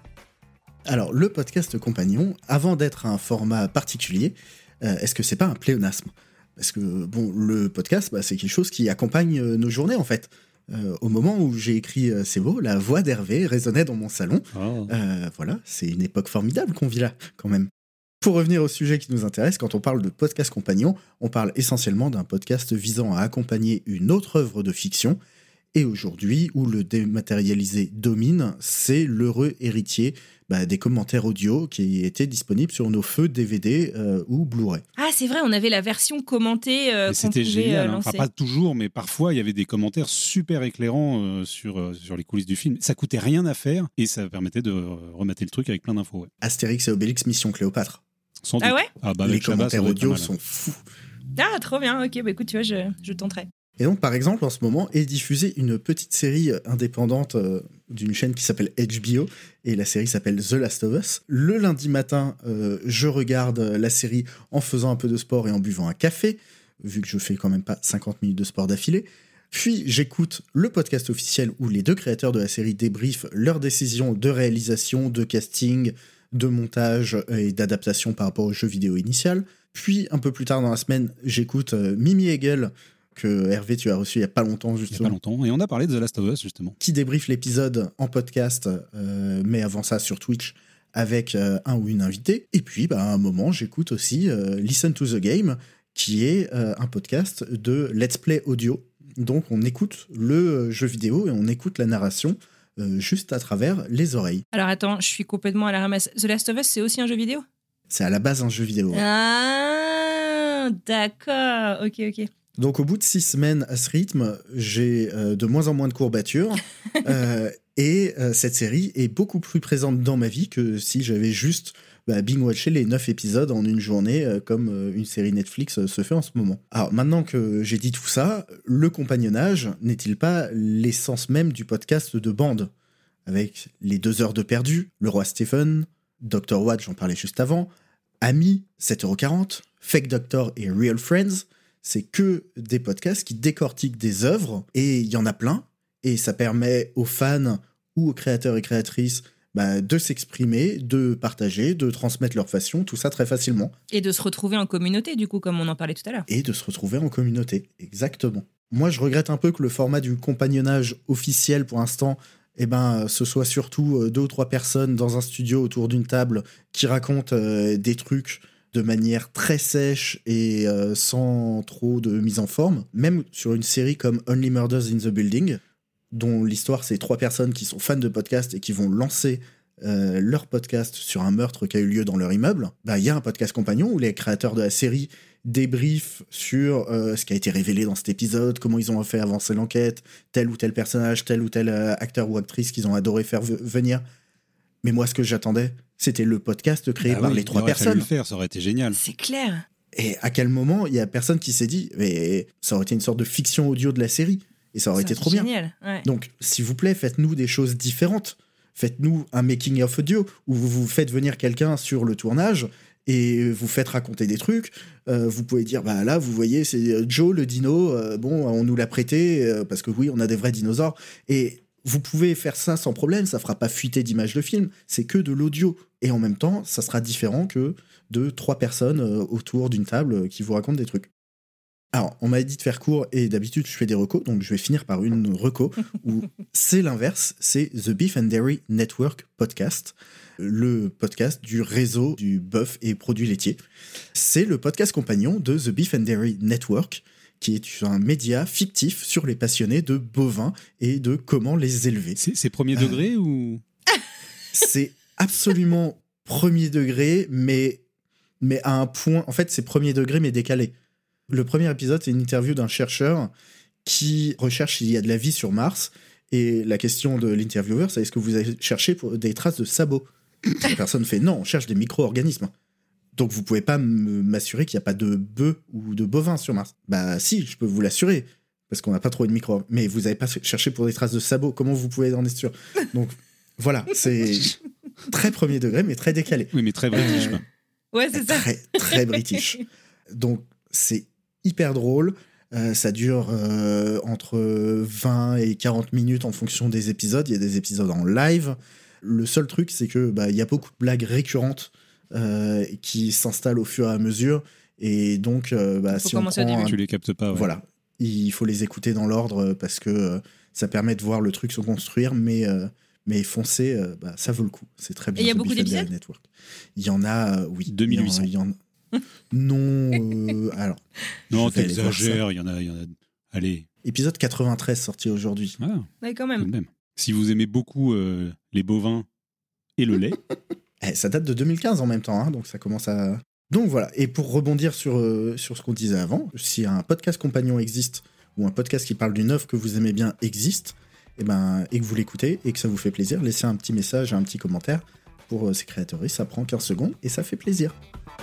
S6: Alors, le podcast compagnon, avant d'être un format particulier, euh, est-ce que c'est pas un pléonasme ? Parce que, bon, le podcast, bah, c'est quelque chose qui accompagne euh, nos journées, en fait. Euh, au moment où j'ai écrit euh, ces mots, la voix d'Hervé résonnait dans mon salon.
S8: Oh.
S6: Euh, voilà, c'est une époque formidable qu'on vit là, quand même. Pour revenir au sujet qui nous intéresse, quand on parle de podcast compagnon, on parle essentiellement d'un podcast visant à accompagner une autre œuvre de fiction. Et aujourd'hui, où le dématérialisé domine, c'est l'heureux héritier bah, des commentaires audio qui étaient disponibles sur nos feux D V D euh, ou Blu-ray.
S5: Ah, c'est vrai, on avait la version commentée euh,
S8: Mais
S5: qu'on
S8: c'était
S5: pouvait
S8: génial,
S5: euh,
S8: hein.
S5: lancer.
S8: Enfin, pas toujours, mais parfois il y avait des commentaires super éclairants euh, sur, euh, sur les coulisses du film. Ça coûtait rien à faire et ça permettait de euh, remater le truc avec plein d'infos. Ouais.
S6: Astérix et Obélix Mission Cléopâtre.
S8: Sans
S5: Ah
S8: doute.
S5: ouais
S8: Ah bah
S6: Les
S8: avec Chabat, ça
S6: commentaires
S8: doit être pas
S6: audio
S8: mal, hein.
S6: sont fous.
S5: Ah, trop bien, ok, bah écoute, tu vois, je, je tenterai.
S6: Et donc, par exemple, en ce moment, est diffusée une petite série indépendante euh, d'une chaîne qui s'appelle H B O, et la série s'appelle The Last of Us. Le lundi matin, euh, je regarde la série en faisant un peu de sport et en buvant un café, vu que je fais quand même pas cinquante minutes de sport d'affilée. Puis, j'écoute le podcast officiel où les deux créateurs de la série débriefent leurs décisions de réalisation, de casting, de montage et d'adaptation par rapport au jeu vidéo initial. Puis, un peu plus tard dans la semaine, j'écoute euh, Mimi Hegel, que Hervé, tu as reçu il n'y a pas longtemps, justement.
S8: Il n'y a pas longtemps. Et on a parlé de The Last of Us, justement.
S6: Qui débriefe l'épisode en podcast, euh, mais avant ça sur Twitch, avec euh, un ou une invitée. Et puis, bah, à un moment, j'écoute aussi euh, Listen to the Game, qui est euh, un podcast de Let's Play audio. Donc, on écoute le jeu vidéo et on écoute la narration euh, juste à travers les oreilles.
S5: Alors attends, je suis complètement à la ramasse. The Last of Us, c'est aussi un jeu vidéo ?
S6: C'est à la base un jeu vidéo.
S5: Ah, d'accord, ok, ok.
S6: Donc au bout de six semaines à ce rythme, j'ai euh, de moins en moins de courbatures euh, et euh, cette série est beaucoup plus présente dans ma vie que si j'avais juste bah, binge-watché les neuf épisodes en une journée euh, comme euh, une série Netflix euh, se fait en ce moment. Alors maintenant que j'ai dit tout ça, le compagnonnage n'est-il pas l'essence même du podcast de bande ? Avec les deux heures de perdu, Le Roi Stephen, docteur Watt, j'en parlais juste avant, Ami, sept euros quarante, Fake Doctor et Real Friends, c'est que des podcasts qui décortiquent des œuvres, et il y en a plein, et ça permet aux fans ou aux créateurs et créatrices bah, de s'exprimer, de partager, de transmettre leur passion, tout ça très facilement.
S5: Et de se retrouver en communauté, du coup, comme on en parlait tout à l'heure.
S6: Et de se retrouver en communauté, exactement. Moi, je regrette un peu que le format du compagnonnage officiel, pour l'instant, eh ben, ce soit surtout deux ou trois personnes dans un studio autour d'une table qui racontent euh, des trucs de manière très sèche et euh, sans trop de mise en forme. Même sur une série comme Only Murders in the Building, dont l'histoire c'est trois personnes qui sont fans de podcasts et qui vont lancer euh, leur podcast sur un meurtre qui a eu lieu dans leur immeuble, bah, y a un podcast compagnon où les créateurs de la série débriefent sur euh, ce qui a été révélé dans cet épisode, comment ils ont fait avancer l'enquête, tel ou tel personnage, tel ou tel euh, acteur ou actrice qu'ils ont adoré faire v- venir. Mais moi, ce que j'attendais, c'était le podcast créé
S8: Bah
S6: par
S8: oui,
S6: les trois
S8: il aurait fallu
S6: personnes.
S8: le faire, ça aurait été génial.
S5: C'est clair.
S6: Et à quel moment il y a personne qui s'est dit, mais ça aurait été une sorte de fiction audio de la série, et ça aurait
S5: Ça,
S6: été
S5: c'est
S6: trop bien.
S5: Génial, ouais.
S6: Donc, s'il vous plaît, faites-nous des choses différentes. Faites-nous un making-of audio où vous vous faites venir quelqu'un sur le tournage et vous faites raconter des trucs. Euh, vous pouvez dire, bah là, vous voyez, c'est Joe, le dino, euh, bon, on nous l'a prêté euh, parce que oui, on a des vrais dinosaures. Et vous pouvez faire ça sans problème, ça fera pas fuiter d'image de film, c'est que de l'audio. Et en même temps, ça sera différent que de trois personnes euh, autour d'une table euh, qui vous racontent des trucs. Alors, on m'a dit de faire court, et d'habitude, je fais des recos, donc je vais finir par une reco, où c'est l'inverse, c'est The Beef and Dairy Network Podcast, le podcast du réseau du bœuf et produits laitiers. C'est le podcast compagnon de The Beef and Dairy Network, qui est un média fictif sur les passionnés de bovins et de comment les élever.
S8: C'est, c'est premier degré euh, ou
S6: C'est absolument premier degré, mais, mais à un point... En fait, c'est premier degré, mais décalé. Le premier épisode, c'est une interview d'un chercheur qui recherche s'il y a de la vie sur Mars. Et la question de l'intervieweur, c'est est-ce que vous avez cherché pour des traces de sabots ? La personne fait non, on cherche des micro-organismes. Donc vous pouvez pas m'assurer qu'il n'y a pas de bœufs ou de bovins sur Mars. Bah si, je peux vous l'assurer, parce qu'on n'a pas trouvé de micro. Mais vous n'avez pas cherché pour des traces de sabots. Comment vous pouvez en être sûr ? Donc voilà, c'est très premier degré, mais très décalé.
S8: Oui, mais très british.
S5: Euh... Ouais, c'est ça.
S6: Très, très british. Donc c'est hyper drôle, euh, ça dure euh, entre vingt et quarante minutes en fonction des épisodes, il y a des épisodes en live. Le seul truc, c'est que bah, y a beaucoup de blagues récurrentes euh, qui s'installent au fur et à mesure, et donc euh, bah, si on prend un...
S8: tu les captes pas. Ouais.
S6: Voilà, il faut les écouter dans l'ordre parce que euh, ça permet de voir le truc se construire, mais euh, mais foncer, euh, bah, ça vaut le coup. C'est très bien.
S5: Et il y a beaucoup d'épisodes.
S6: Network. Il y en a, euh, oui.
S8: deux mille huit cents.
S6: Il y en, il y en... Non, euh, alors.
S8: Non, t'exagères, il y en a, il y en a. Allez.
S6: Épisode quatre-vingt-treize sorti aujourd'hui.
S8: Ah,
S5: ouais, quand même.
S8: même. Si vous aimez beaucoup euh, les bovins et le lait.
S6: eh, ça date de deux mille quinze en même temps, hein, donc ça commence à. Donc voilà. Et pour rebondir sur, euh, sur ce qu'on disait avant, si un podcast compagnon existe, ou un podcast qui parle d'une œuvre que vous aimez bien existe, et, ben, et que vous l'écoutez et que ça vous fait plaisir, laissez un petit message, un petit commentaire pour euh, ces créateurs. Ça prend quinze secondes et ça fait plaisir.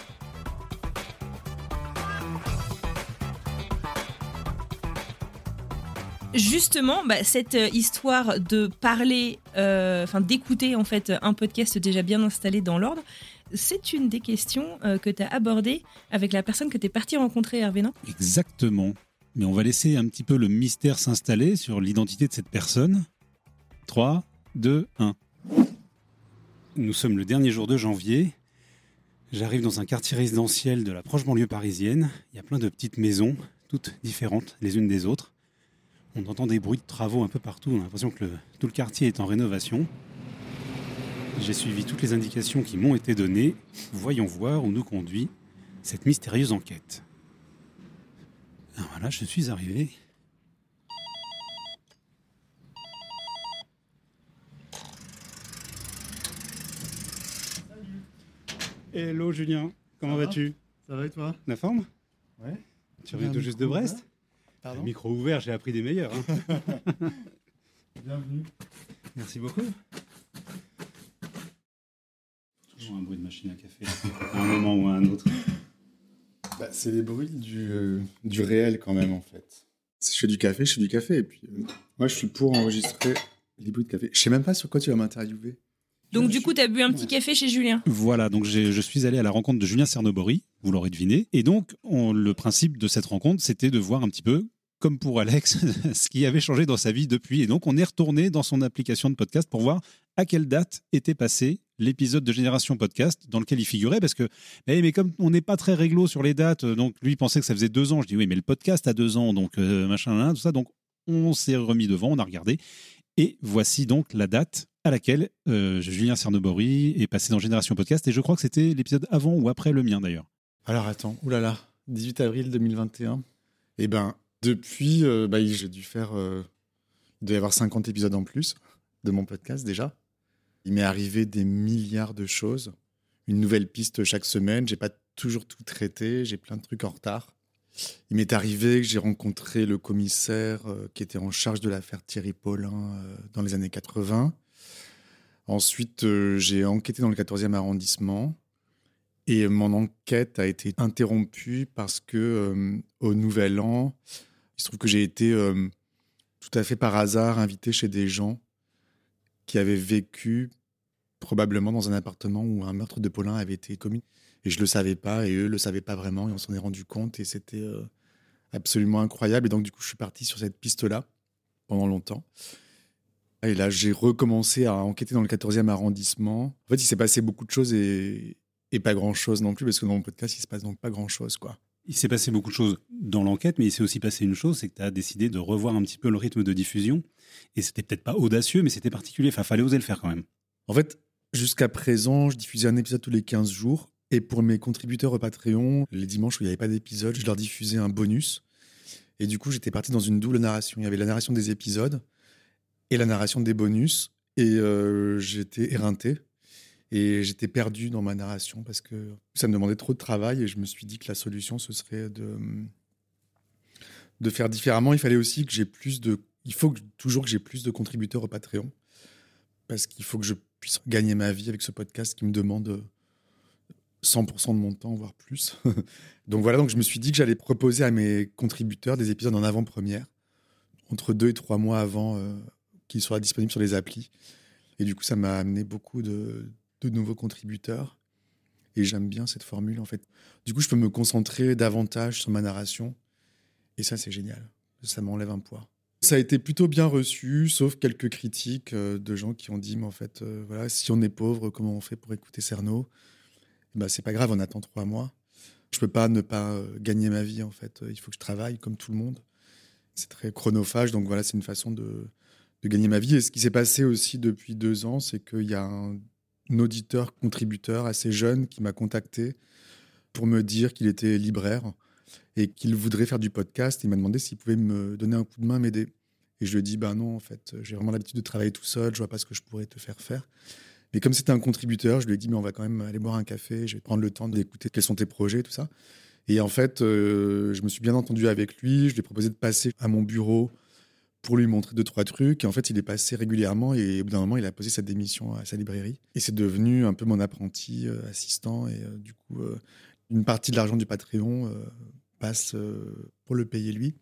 S5: Justement, bah, cette euh, histoire de parler, euh, enfin d'écouter en fait un podcast déjà bien installé dans l'ordre, c'est une des questions euh, que tu as abordées avec la personne que tu es parti rencontrer, Hervé, non ?
S8: Exactement. Mais on va laisser un petit peu le mystère s'installer sur l'identité de cette personne. trois, deux, un. Nous sommes le dernier jour de janvier. J'arrive dans un quartier résidentiel de la proche banlieue parisienne. Il y a plein de petites maisons, toutes différentes les unes des autres. On entend des bruits de travaux un peu partout. On a l'impression que le, tout le quartier est en rénovation. J'ai suivi toutes les indications qui m'ont été données. Voyons voir où nous conduit cette mystérieuse enquête. Alors voilà, je suis arrivé. Hello Julien, comment
S10: Ça
S8: vas-tu ?
S10: Ça va et toi ?
S8: La forme ?
S10: Ouais.
S8: Tu reviens tout juste de Brest ?
S10: Pardon ?
S8: Micro ouvert, j'ai appris des meilleurs. Hein.
S10: Bienvenue.
S8: Merci beaucoup. Toujours un bruit de machine à café, à un moment ou à un autre.
S10: Bah, c'est les bruits du, euh, du réel quand même en fait. Si je fais du café, je fais du café. Et puis, euh, moi, je suis pour enregistrer les bruits de café. Je sais même pas sur quoi tu vas m'interviewer.
S5: Donc,
S10: je
S5: du
S10: suis...
S5: coup, tu as bu un petit
S10: ouais.
S5: café chez Julien.
S8: Voilà, donc j'ai, je suis allé à la rencontre de Julien Cernobori, vous l'aurez deviné. Et donc, on, le principe de cette rencontre, c'était de voir un petit peu, comme pour Alex, ce qui avait changé dans sa vie depuis. Et donc, on est retourné dans son application de podcast pour voir à quelle date était passé l'épisode de Génération Podcast dans lequel il figurait. Parce que, mais, mais comme on n'est pas très réglo sur les dates, donc lui, il pensait que ça faisait deux ans. Je dis, oui, mais le podcast a deux ans, donc euh, machin, là, tout ça. Donc, on s'est remis devant, on a regardé. Et voici donc la date à laquelle euh, Julien Cernobori est passé dans Génération Podcast. Et je crois que c'était l'épisode avant ou après le mien, d'ailleurs.
S10: Alors, attends, oulala, dix-huit avril deux mille vingt et un. Eh ben, depuis, euh, bah, j'ai dû faire... Euh, il doit y avoir cinquante épisodes en plus de mon podcast, déjà. Il m'est arrivé des milliards de choses. Une nouvelle piste chaque semaine. J'ai pas toujours tout traité. J'ai plein de trucs en retard. Il m'est arrivé que j'ai rencontré le commissaire euh, qui était en charge de l'affaire Thierry Paulin euh, dans les années quatre-vingts. Ensuite, euh, j'ai enquêté dans le quatorzième arrondissement. Et mon enquête a été interrompue parce que euh, au Nouvel An, il se trouve que j'ai été euh, tout à fait par hasard invité chez des gens qui avaient vécu probablement dans un appartement où un meurtre de Paulin avait été commis. Et je ne le savais pas, et eux ne le savaient pas vraiment, et on s'en est rendu compte, et c'était euh, absolument incroyable. Et donc, du coup, je suis parti sur cette piste-là pendant longtemps. Et là, j'ai recommencé à enquêter dans le quatorzième arrondissement. En fait, il s'est passé beaucoup de choses et, et pas grand-chose non plus, parce que dans mon podcast, il se passe donc pas grand-chose, quoi.
S8: Il s'est passé beaucoup de choses dans l'enquête, mais il s'est aussi passé une chose, c'est que tu as décidé de revoir un petit peu le rythme de diffusion. Et c'était peut-être pas audacieux, mais c'était particulier. Enfin, fallait oser le faire quand même.
S10: En fait, jusqu'à présent, je diffusais un épisode tous les quinze jours. Et pour mes contributeurs au Patreon, les dimanches où il n'y avait pas d'épisode, je leur diffusais un bonus. Et du coup, j'étais parti dans une double narration. Il y avait la narration des épisodes et la narration des bonus. Et euh, j'étais éreinté. Et j'étais perdu dans ma narration parce que ça me demandait trop de travail. Et je me suis dit que la solution, ce serait de, de faire différemment. Il fallait aussi que j'ai plus de... Il faut que, toujours que j'ai plus de contributeurs au Patreon. Parce qu'il faut que je puisse gagner ma vie avec ce podcast qui me demande cent pour cent de mon temps, voire plus. Donc voilà, donc je me suis dit que j'allais proposer à mes contributeurs des épisodes en avant-première, entre deux et trois mois avant euh, qu'ils soient disponibles sur les applis. Et du coup, ça m'a amené beaucoup de, de nouveaux contributeurs. Et j'aime bien cette formule, en fait. Du coup, je peux me concentrer davantage sur ma narration. Et ça, c'est génial. Ça m'enlève un poids. Ça a été plutôt bien reçu, sauf quelques critiques euh, de gens qui ont dit, mais en fait, euh, voilà, si on est pauvre, comment on fait pour écouter Cerno ? Bah, c'est pas grave, on attend trois mois. Je peux pas ne pas euh, gagner ma vie, en fait. Il faut que je travaille, comme tout le monde. C'est très chronophage, donc voilà, c'est une façon de, de gagner ma vie. Et ce qui s'est passé aussi depuis deux ans, c'est qu'il y a un, un auditeur, contributeur assez jeune qui m'a contacté pour me dire qu'il était libraire et qu'il voudrait faire du podcast. Il m'a demandé s'il pouvait me donner un coup de main, m'aider. Et je lui ai dit, bah non, en fait, j'ai vraiment l'habitude de travailler tout seul, je vois pas ce que je pourrais te faire faire. Mais comme c'était un contributeur, je lui ai dit, mais on va quand même aller boire un café, je vais prendre le temps d'écouter quels sont tes projets, tout ça. Et en fait, euh, je me suis bien entendu avec lui, je lui ai proposé de passer à mon bureau pour lui montrer deux, trois trucs. Et en fait, il est passé régulièrement et au bout d'un moment, il a posé sa démission à sa librairie. Et c'est devenu un peu mon apprenti euh, assistant. Et euh, du coup, euh, une partie de l'argent du Patreon euh, passe euh, pour le payer lui.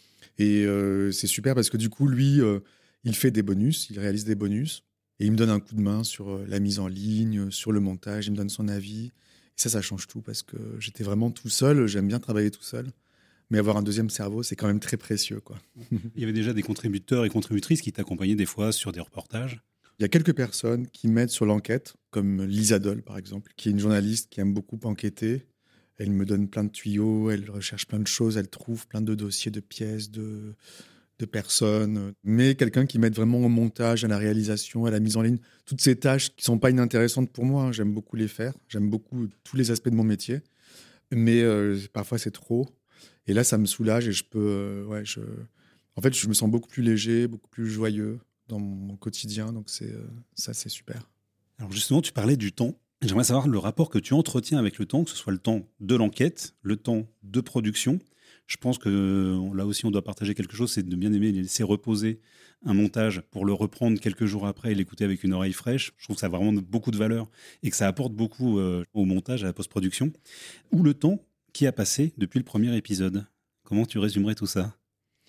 S10: Et euh, c'est super parce que du coup, lui, euh, il fait des bonus, il réalise des bonus. Et il me donne un coup de main sur la mise en ligne, sur le montage, il me donne son avis. Et ça, ça change tout parce que j'étais vraiment tout seul, j'aime bien travailler tout seul. Mais avoir un deuxième cerveau, c'est quand même très précieux, quoi.
S8: Il y avait déjà des contributeurs et contributrices qui t'accompagnaient des fois sur des reportages.
S10: Il y a quelques personnes qui m'aident sur l'enquête, comme Lisa Doll, par exemple, qui est une journaliste qui aime beaucoup enquêter. Elle me donne plein de tuyaux, elle recherche plein de choses, elle trouve plein de dossiers, de pièces, de... de personnes, mais quelqu'un qui m'aide vraiment au montage, à la réalisation, à la mise en ligne. Toutes ces tâches qui ne sont pas inintéressantes pour moi, hein. J'aime beaucoup les faire, j'aime beaucoup tous les aspects de mon métier, mais euh, parfois c'est trop. Et là, ça me soulage et je peux... Euh, ouais, je... En fait, je me sens beaucoup plus léger, beaucoup plus joyeux dans mon quotidien, donc c'est, euh, ça, c'est super.
S8: Alors justement, tu parlais du temps. J'aimerais savoir le rapport que tu entretiens avec le temps, que ce soit le temps de l'enquête, le temps de production. Je pense que là aussi, on doit partager quelque chose, c'est de bien aimer laisser reposer un montage pour le reprendre quelques jours après et l'écouter avec une oreille fraîche. Je trouve que ça a vraiment beaucoup de valeur et que ça apporte beaucoup euh, au montage, à la post-production. Ou le temps qui a passé depuis le premier épisode. Comment tu résumerais tout ça ?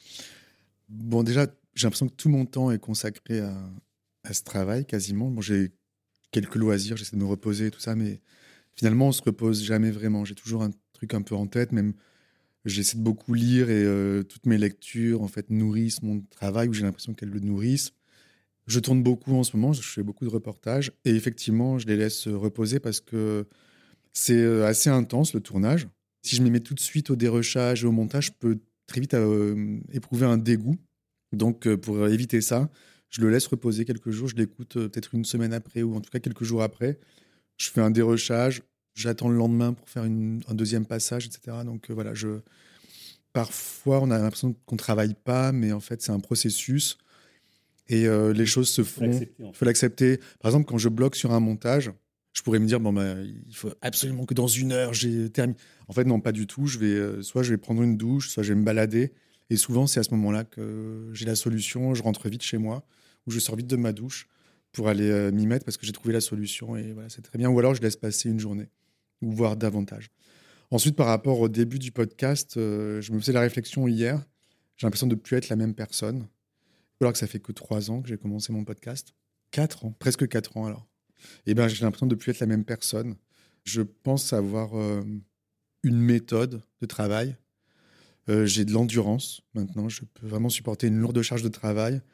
S10: Bon, déjà, j'ai l'impression que tout mon temps est consacré à, à ce travail, quasiment. Bon, j'ai quelques loisirs, j'essaie de me reposer et tout ça, mais finalement, on ne se repose jamais vraiment. J'ai toujours un truc un peu en tête, même... J'essaie de beaucoup lire et euh, toutes mes lectures en fait nourrissent mon travail ou j'ai l'impression qu'elles le nourrissent. Je tourne beaucoup en ce moment, je fais beaucoup de reportages et effectivement je les laisse reposer parce que c'est assez intense le tournage. Si je me mets tout de suite au dérochage et au montage, je peux très vite euh, éprouver un dégoût. Donc euh, pour éviter ça, je le laisse reposer quelques jours, je l'écoute euh, peut-être une semaine après ou en tout cas quelques jours après. Je fais un dérochage. J'attends le lendemain pour faire une, un deuxième passage, et cetera. Donc euh, voilà, je... parfois on a l'impression qu'on ne travaille pas, mais en fait c'est un processus et euh, les choses se font. Il faut, faut l'accepter. Par exemple, quand je bloque sur un montage, je pourrais me dire bon bah il faut absolument que dans une heure j'ai terminé. En fait non, pas du tout. Je vais euh, soit je vais prendre une douche, soit je vais me balader. Et souvent c'est à ce moment-là que j'ai la solution. Je rentre vite chez moi ou je sors vite de ma douche pour aller euh, m'y mettre parce que j'ai trouvé la solution et voilà c'est très bien. Ou alors je laisse passer une journée. Ou voire davantage. Ensuite, par rapport au début du podcast, euh, je me faisais la réflexion hier. J'ai l'impression de ne plus être la même personne. Alors que ça fait que trois ans que j'ai commencé mon podcast. Quatre ans, presque quatre ans alors. Et ben, j'ai l'impression de ne plus être la même personne. Je pense avoir euh, une méthode de travail. Euh, j'ai de l'endurance maintenant. Je peux vraiment supporter une lourde charge de travail.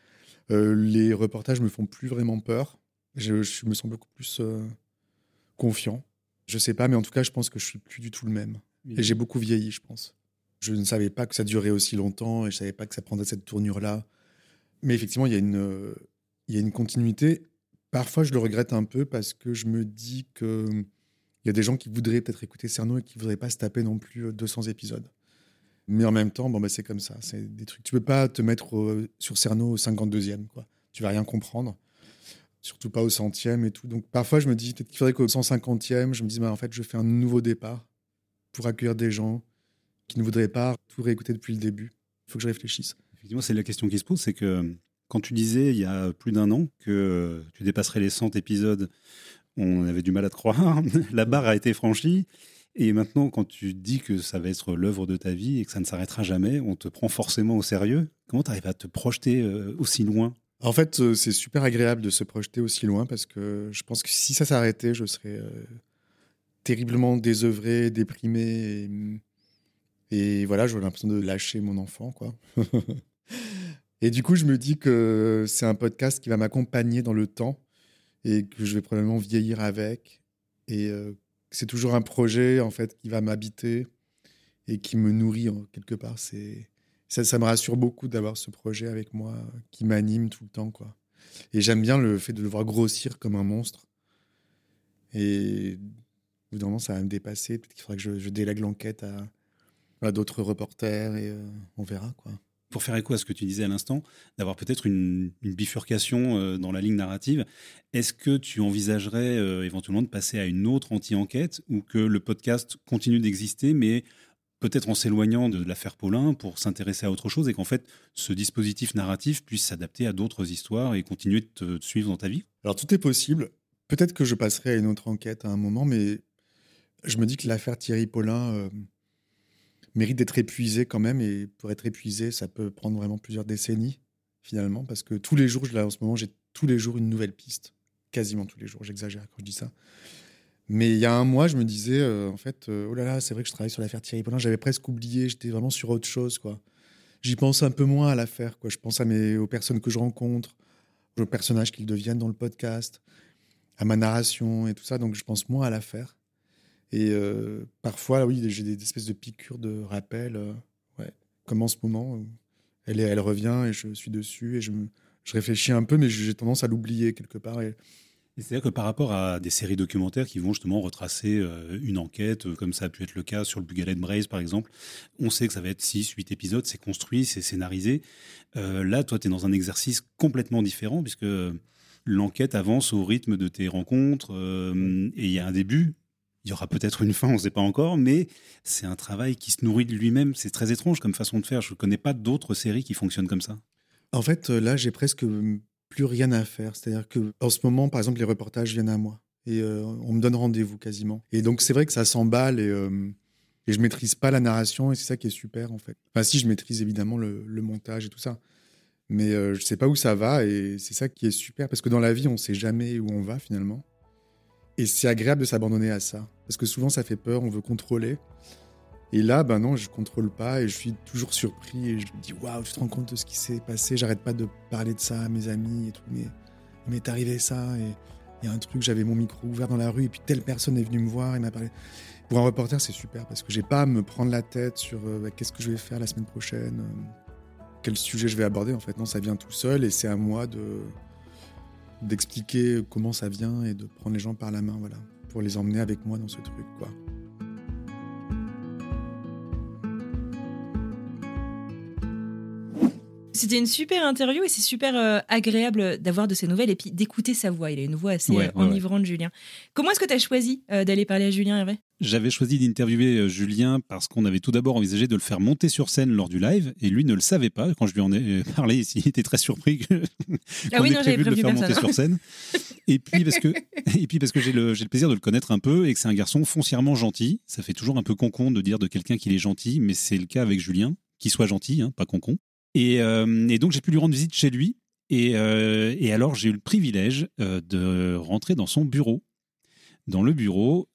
S10: Euh, les reportages me font plus vraiment peur. Je, je me sens beaucoup plus euh, confiant. Je sais pas, mais en tout cas, je pense que je suis plus du tout le même. Et j'ai beaucoup vieilli, je pense. Je ne savais pas que ça durait aussi longtemps et je savais pas que ça prendrait cette tournure-là. Mais effectivement, il y a une, euh, il y a une continuité. Parfois, je le regrette un peu parce que je me dis que il y a des gens qui voudraient peut-être écouter Cerno et qui voudraient pas se taper non plus deux cents épisodes. Mais en même temps, bon, bah, c'est comme ça. C'est des trucs. Tu peux pas te mettre euh, sur Cerno au cinquante-deuxième, quoi. Tu vas rien comprendre. Surtout pas au centième et tout. Donc parfois, je me dis peut-être qu'il faudrait qu'au cent cinquantième, je me dise, bah, en fait, je fais un nouveau départ pour accueillir des gens qui ne voudraient pas tout réécouter depuis le début. Il faut que je réfléchisse.
S8: Effectivement, c'est la question qui se pose, c'est que quand tu disais il y a plus d'un an que tu dépasserais les cent épisodes, on avait du mal à te croire. La barre a été franchie. Et maintenant, quand tu dis que ça va être l'œuvre de ta vie et que ça ne s'arrêtera jamais, on te prend forcément au sérieux. Comment tu arrives à te projeter euh, aussi loin ?
S10: En fait, euh, c'est super agréable de se projeter aussi loin parce que je pense que si ça s'arrêtait, je serais euh, terriblement désœuvré, déprimé. Et, et voilà, j'aurais l'impression de lâcher mon enfant, quoi. Et du coup, je me dis que c'est un podcast qui va m'accompagner dans le temps et que je vais probablement vieillir avec. Et euh, c'est toujours un projet, en fait, qui va m'habiter et qui me nourrit, en, quelque part. C'est... Ça, ça me rassure beaucoup d'avoir ce projet avec moi qui m'anime tout le temps, quoi. Et j'aime bien le fait de le voir grossir comme un monstre. Et au bout d'un moment, ça va me dépasser. Peut-être qu'il faudra que je, je délègue l'enquête à, à d'autres reporters et euh, on verra, quoi.
S8: Pour faire écho à ce que tu disais à l'instant, d'avoir peut-être une, une bifurcation euh, dans la ligne narrative, est-ce que tu envisagerais euh, éventuellement de passer à une autre anti-enquête ou que le podcast continue d'exister, mais peut-être en s'éloignant de l'affaire Paulin pour s'intéresser à autre chose et qu'en fait, ce dispositif narratif puisse s'adapter à d'autres histoires et continuer de te suivre dans ta vie ?
S10: Alors, tout est possible. Peut-être que je passerai à une autre enquête à un moment, mais je me dis que l'affaire Thierry Paulin euh, mérite d'être épuisée quand même. Et pour être épuisée, ça peut prendre vraiment plusieurs décennies, finalement, parce que tous les jours, là, en ce moment, j'ai tous les jours une nouvelle piste. Quasiment tous les jours, j'exagère quand je dis ça. Mais il y a un mois, je me disais, euh, en fait, euh, oh là là, c'est vrai que je travaille sur l'affaire Thierry Paulin. J'avais presque oublié, j'étais vraiment sur autre chose, quoi. J'y pense un peu moins à l'affaire, quoi. Je pense à mes, aux personnes que je rencontre, aux personnages qu'ils deviennent dans le podcast, à ma narration et tout ça. Donc, je pense moins à l'affaire. Et euh, parfois, oui, j'ai des, des espèces de piqûres de rappel, euh, ouais, comme en ce moment. Où elle, est, elle revient et je suis dessus et je, me, je réfléchis un peu, mais j'ai tendance à l'oublier quelque part. Et,
S8: Et c'est-à-dire que par rapport à des séries documentaires qui vont justement retracer euh, une enquête, euh, comme ça a pu être le cas sur le Bugalet Braze par exemple, on sait que ça va être six, huit épisodes, c'est construit, c'est scénarisé. Euh, là, toi, tu es dans un exercice complètement différent puisque l'enquête avance au rythme de tes rencontres euh, et il y a un début. Il y aura peut-être une fin, on ne sait pas encore, mais c'est un travail qui se nourrit de lui-même. C'est très étrange comme façon de faire. Je ne connais pas d'autres séries qui fonctionnent comme ça.
S10: En fait, là, j'ai presque plus rien à faire. C'est-à-dire qu'en ce moment, par exemple, les reportages viennent à moi. Et euh, on me donne rendez-vous quasiment. Et donc, c'est vrai que ça s'emballe et, euh, et je ne maîtrise pas la narration et c'est ça qui est super, en fait. Enfin, si, je maîtrise évidemment le, le montage et tout ça. Mais euh, je ne sais pas où ça va et c'est ça qui est super. Parce que dans la vie, on ne sait jamais où on va, finalement. Et c'est agréable de s'abandonner à ça. Parce que souvent, ça fait peur, on veut contrôler. Et là, ben non, je ne contrôle pas et je suis toujours surpris. Et je me dis, waouh, tu te rends compte de ce qui s'est passé. J'arrête pas de parler de ça à mes amis et tout. Mais il m'est arrivé ça. Et il y a un truc, j'avais mon micro ouvert dans la rue et puis telle personne est venue me voir et m'a parlé. Pour un reporter, c'est super parce que j'ai pas à me prendre la tête sur euh, bah, qu'est-ce que je vais faire la semaine prochaine, euh, quel sujet je vais aborder. En fait, non, ça vient tout seul et c'est à moi de... d'expliquer comment ça vient et de prendre les gens par la main, voilà, pour les emmener avec moi dans ce truc, quoi.
S5: C'était une super interview et c'est super euh, agréable d'avoir de ses nouvelles et puis d'écouter sa voix. Il a une voix assez
S8: ouais,
S5: euh, enivrante, ouais. Julien. Comment est-ce que tu as choisi euh, d'aller parler à Julien, Hervé ?
S8: J'avais choisi d'interviewer euh, Julien parce qu'on avait tout d'abord envisagé de le faire monter sur scène lors du live et lui ne le savait pas. Quand je lui en ai parlé ici, il était très surpris que
S5: ah oui,
S8: ait
S5: non,
S8: prévu de le faire
S5: personne,
S8: monter
S5: hein.
S8: sur scène. Et puis parce que, et puis parce que j'ai le, j'ai le plaisir de le connaître un peu et que c'est un garçon foncièrement gentil. Ça fait toujours un peu concon de dire de quelqu'un qu'il est gentil, mais c'est le cas avec Julien, qu'il soit gentil, hein, pas concon. Et, euh, et donc, j'ai pu lui rendre visite chez lui. Et, euh, et alors, j'ai eu le privilège euh, de rentrer dans son bureau. Dans le bureau,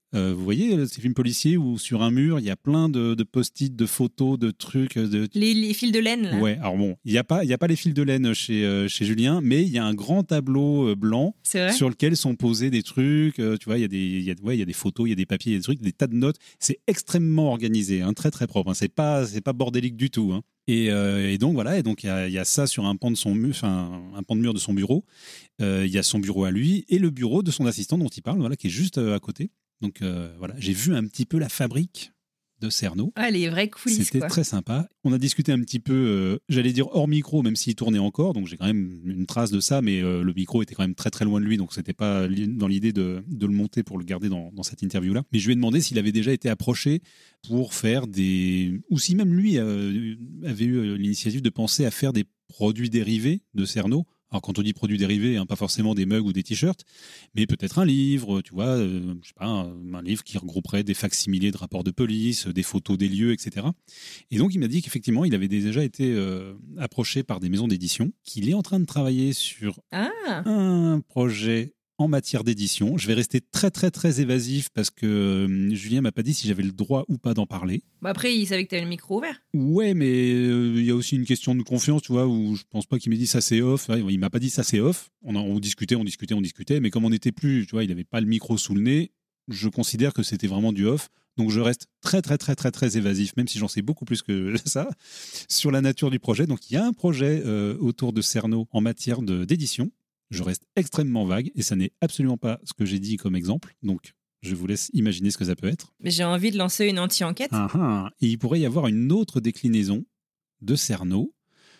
S8: Euh, vous voyez ces films policiers où sur un mur il y a plein de, de post-it, de photos, de trucs. De...
S5: Les, les fils de laine, là.
S8: Ouais, alors bon, il n'y a, pas, il y a pas les fils de laine chez, euh, chez Julien, mais il y a un grand tableau euh, blanc sur lequel sont posés des trucs. Euh, tu vois, il y, a des, il y, a, ouais, il y a des photos, il y a des papiers, il y a des trucs, des tas de notes. C'est extrêmement organisé, hein, très très propre. Hein. C'est pas, c'est pas bordélique du tout. Hein. Et, euh, et donc voilà, et donc il y a, y a ça sur un pan de son mur, enfin un pan de mur de son bureau. Il euh, y a son bureau à lui et le bureau de son assistant dont il parle, voilà, qui est juste euh, à côté. Donc euh, voilà, j'ai vu un petit peu la fabrique de Cerno.
S5: Ah, les vraies coulisses.
S8: C'était
S5: quoi.
S8: très sympa. On a discuté un petit peu, euh, j'allais dire hors micro, même s'il tournait encore, donc j'ai quand même une trace de ça, mais euh, le micro était quand même très très loin de lui, donc c'était pas dans l'idée de, de le monter pour le garder dans, dans cette interview-là. Mais je lui ai demandé s'il avait déjà été approché pour faire des... ou si même lui euh, avait eu l'initiative de penser à faire des produits dérivés de Cerno. Alors quand on dit produits dérivés, hein, pas forcément des mugs ou des t-shirts, mais peut-être un livre, tu vois, euh, je sais pas, un, un livre qui regrouperait des facsimilés de rapports de police, des photos des lieux, et cetera. Et donc il m'a dit qu'effectivement il avait déjà été euh, approché par des maisons d'édition, qu'il est en train de travailler sur
S5: ah.
S8: un projet en matière d'édition. Je vais rester très très très évasif parce que euh, Julien m'a pas dit si j'avais le droit ou pas d'en parler.
S5: Bah après, il savait que tu avais le micro ouvert.
S8: Ouais, mais il euh, y a aussi une question de confiance, tu vois, où je pense pas qu'il m'ait dit ça c'est off. Il m'a pas dit ça c'est off. On, en, on discutait, on discutait, on discutait, mais comme on n'était plus, tu vois, il avait pas le micro sous le nez, je considère que c'était vraiment du off. Donc je reste très très très très très évasif, même si j'en sais beaucoup plus que ça, sur la nature du projet. Donc il y a un projet euh, autour de Cerno en matière de, d'édition. Je reste extrêmement vague et ça n'est absolument pas ce que j'ai dit comme exemple. Donc, je vous laisse imaginer ce que ça peut être.
S5: Mais j'ai envie de lancer une anti-enquête.
S8: Ah, ah. Et il pourrait y avoir une autre déclinaison de Cerno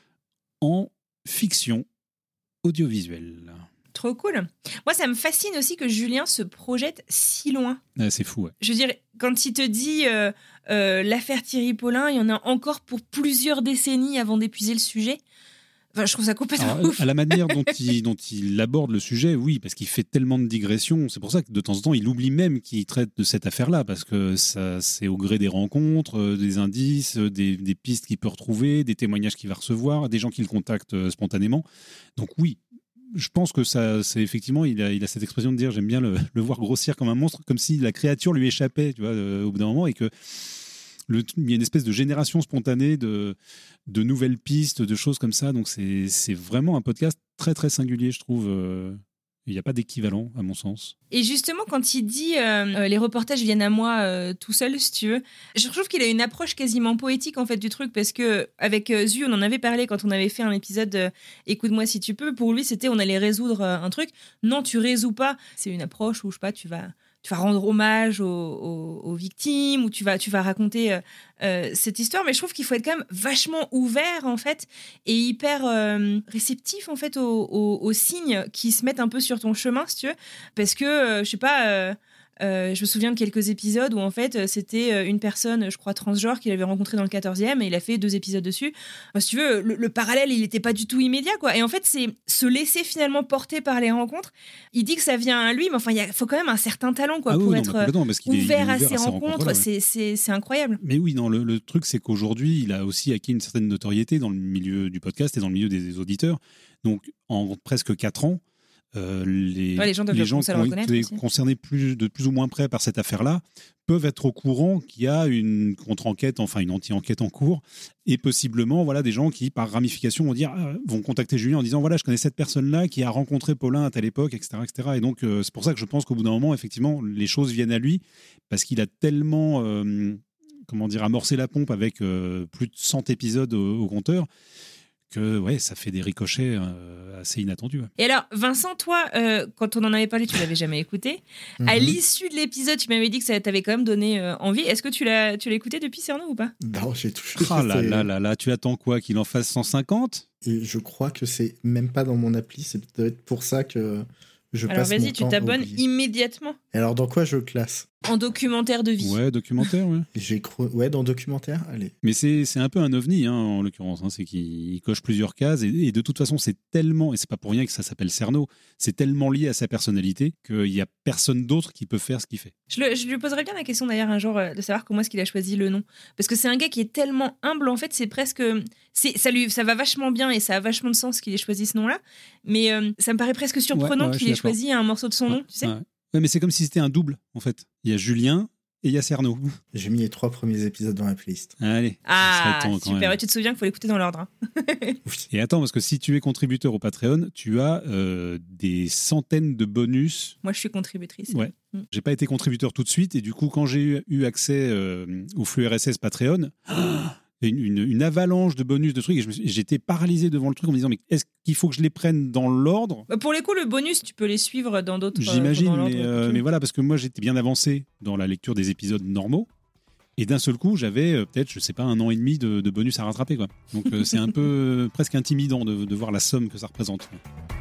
S8: en fiction audiovisuelle.
S5: Trop cool. Moi, ça me fascine aussi que Julien se projette si loin.
S8: Ah, c'est fou, ouais.
S5: Je veux dire, quand il te dit euh, euh, l'affaire Thierry Paulin, il y en a encore pour plusieurs décennies avant d'épuiser le sujet. Enfin, je trouve ça complètement
S8: Alors,
S5: ouf.
S8: À la manière dont il, dont il aborde le sujet, oui, parce qu'il fait tellement de digressions. C'est pour ça que de temps en temps, il oublie même qu'il traite de cette affaire-là, parce que ça, c'est au gré des rencontres, euh, des indices, euh, des, des pistes qu'il peut retrouver, des témoignages qu'il va recevoir, des gens qui le contactent euh, spontanément. Donc oui, je pense que ça, c'est effectivement, il a, il a cette expression de dire, j'aime bien le, le voir grossir comme un monstre, comme si la créature lui échappait, tu vois, euh, au bout d'un moment, et que Le, il y a une espèce de génération spontanée de, de nouvelles pistes, de choses comme ça. Donc, c'est, c'est vraiment un podcast très, très singulier, je trouve. Il n'y a pas d'équivalent, à mon sens.
S5: Et justement, quand il dit euh, « les reportages viennent à moi euh, tout seul, si tu veux », je trouve qu'il a une approche quasiment poétique en fait, du truc, parce qu'avec euh, Zu, on en avait parlé quand on avait fait un épisode euh, « Écoute-moi si tu peux ». Pour lui, c'était on allait résoudre euh, un truc. Non, tu résous pas. C'est une approche où, je sais pas, tu vas... tu vas rendre hommage aux, aux, aux victimes, ou tu vas, tu vas raconter euh, euh, cette histoire. Mais je trouve qu'il faut être quand même vachement ouvert, en fait, et hyper euh, réceptif, en fait, aux, aux, aux signes qui se mettent un peu sur ton chemin, si tu veux. Parce que, euh, je sais pas... Euh, Euh, je me souviens de quelques épisodes où en fait c'était une personne, je crois transgenre, qu'il avait rencontré dans le quatorzième et il a fait deux épisodes dessus. Enfin, si tu veux, le, le parallèle il n'était pas du tout immédiat quoi. Et en fait c'est se laisser finalement porter par les rencontres. Il dit que ça vient à lui, mais enfin il faut quand même un certain talent quoi
S8: ah
S5: pour
S8: oui,
S5: être
S8: non, parce qu'il
S5: ouvert,
S8: est, il est ouvert
S5: à ces
S8: à ces
S5: rencontres.
S8: rencontres, ouais.
S5: c'est, c'est, c'est incroyable.
S8: Mais oui, non, le, le truc c'est qu'aujourd'hui il a aussi acquis une certaine notoriété dans le milieu du podcast et dans le milieu des, des auditeurs. Donc en presque quatre ans. Euh, les,
S5: ouais, les gens,
S8: les gens
S5: qui
S8: ont été concernés plus, de plus ou moins près par cette affaire-là peuvent être au courant qu'il y a une contre-enquête, enfin une anti-enquête en cours, et possiblement voilà, des gens qui, par ramification, vont, dire, ah, vont contacter Julien en disant voilà, je connais cette personne-là qui a rencontré Paulin à telle époque, et cetera et cetera. Et donc, euh, c'est pour ça que je pense qu'au bout d'un moment, effectivement, les choses viennent à lui, parce qu'il a tellement euh, comment dire, amorcé la pompe avec euh, plus de cent épisodes au, au compteur, que ouais, ça fait des ricochets euh, assez inattendus. Ouais.
S5: Et alors, Vincent, toi, euh, quand on en avait parlé, tu l'avais jamais écouté. Mm-hmm. À l'issue de l'épisode, tu m'avais dit que ça t'avait quand même donné euh, envie. Est-ce que tu l'as, tu l'as écouté depuis Cerno ou pas?
S6: Non, j'ai touché.
S8: Ah là là là là, tu attends quoi? Qu'il en fasse cent cinquante?
S6: Et je crois que c'est même pas dans mon appli. C'est peut-être pour ça que je
S5: alors
S6: passe
S5: vas-y,
S6: mon
S5: tu
S6: temps
S5: t'abonnes
S6: oublié.
S5: immédiatement.
S6: Et alors, dans quoi je le classe?
S5: En documentaire de vie.
S8: Ouais, documentaire, ouais.
S6: J'ai cro... Ouais, dans documentaire, allez.
S8: Mais c'est, c'est un peu un ovni, hein, en l'occurrence. Hein, c'est qu'il coche plusieurs cases. Et, et de toute façon, c'est tellement, et c'est pas pour rien que ça s'appelle Cerno, c'est tellement lié à sa personnalité qu'il n'y a personne d'autre qui peut faire ce qu'il fait.
S5: Je, le, je lui poserais bien la question d'ailleurs un jour euh, de savoir comment est-ce qu'il a choisi le nom. Parce que c'est un gars qui est tellement humble, en fait, c'est presque... C'est, ça, lui, ça va vachement bien et ça a vachement de sens qu'il ait choisi ce nom-là. Mais euh, ça me paraît presque surprenant
S8: ouais, ouais,
S5: qu'il ait choisi un morceau de son
S8: ouais,
S5: nom, tu sais.
S8: ouais. Ouais, mais c'est comme si c'était un double, en fait. Il y a Julien et il y a Cerno.
S6: J'ai mis les trois premiers épisodes dans la playlist.
S8: Allez,
S5: Ah,
S8: ce serait temps, quand
S5: super.
S8: même.
S5: Et tu te souviens qu'il faut l'écouter dans l'ordre. Hein.
S8: Et attends, parce que si tu es contributeur au Patreon, tu as euh, des centaines de bonus.
S5: Moi, je suis contributrice.
S8: Ouais.
S5: Mm.
S8: J'ai pas été contributeur tout de suite, et du coup, quand j'ai eu, eu accès euh, au flux R S S Patreon, une, une, une avalanche de bonus, de trucs, et je me suis- j'étais paralysé devant le truc en me disant, mais est-ce qu'il faut que je les prenne dans l'ordre ?
S5: Bah, pour les coups, le bonus, tu peux les suivre dans d'autres. euh,
S8: J'imagine,
S5: pendant
S8: mais,
S5: l'ordre,
S8: euh,
S5: continue.
S8: mais voilà, parce que moi j'étais bien avancé dans la lecture des épisodes normaux, et d'un seul coup j'avais euh, peut-être, je sais pas, un an et demi de, de bonus à rattraper, quoi. Donc euh, c'est un peu euh, presque intimidant de, de voir la somme que ça représente.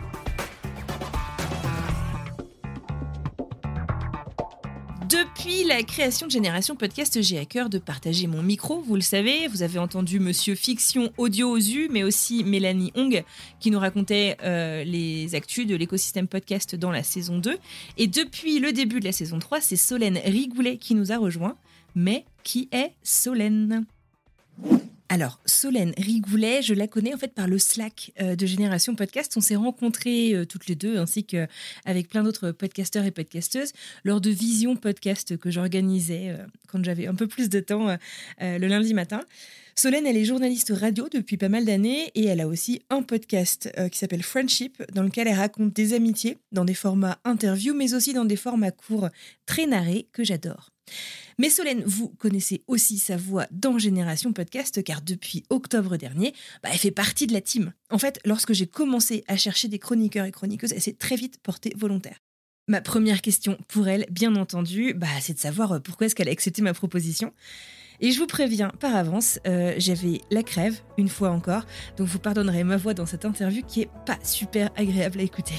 S5: Depuis la création de Génération Podcast, j'ai à cœur de partager mon micro. Vous le savez, vous avez entendu Monsieur Fiction Audio aux U, mais aussi Mélanie Hong qui nous racontait euh, les actus de l'écosystème podcast dans la saison deux. Et depuis le début de la saison trois, c'est Solène Rigoulet qui nous a rejoint. Mais qui est Solène ? Alors, Solène Rigoulet, je la connais en fait par le Slack euh, de Génération Podcast. On s'est rencontrées euh, toutes les deux, ainsi qu'avec plein d'autres podcasteurs et podcasteuses, lors de Vision Podcast que j'organisais euh, quand j'avais un peu plus de temps euh, euh, le lundi matin. Solène, elle est journaliste radio depuis pas mal d'années et elle a aussi un podcast euh, qui s'appelle Friendship, dans lequel elle raconte des amitiés dans des formats interviews, mais aussi dans des formats courts très narrés que j'adore. Mais Solène, vous connaissez aussi sa voix dans Génération Podcast, car depuis octobre dernier, bah, elle fait partie de la team. En fait, lorsque j'ai commencé à chercher des chroniqueurs et chroniqueuses, elle s'est très vite portée volontaire. Ma première question pour elle, bien entendu, bah, c'est de savoir pourquoi est-ce qu'elle a accepté ma proposition. Et je vous préviens par avance, euh, j'avais la crève, une fois encore, donc vous pardonnerez ma voix dans cette interview qui est pas super agréable à écouter.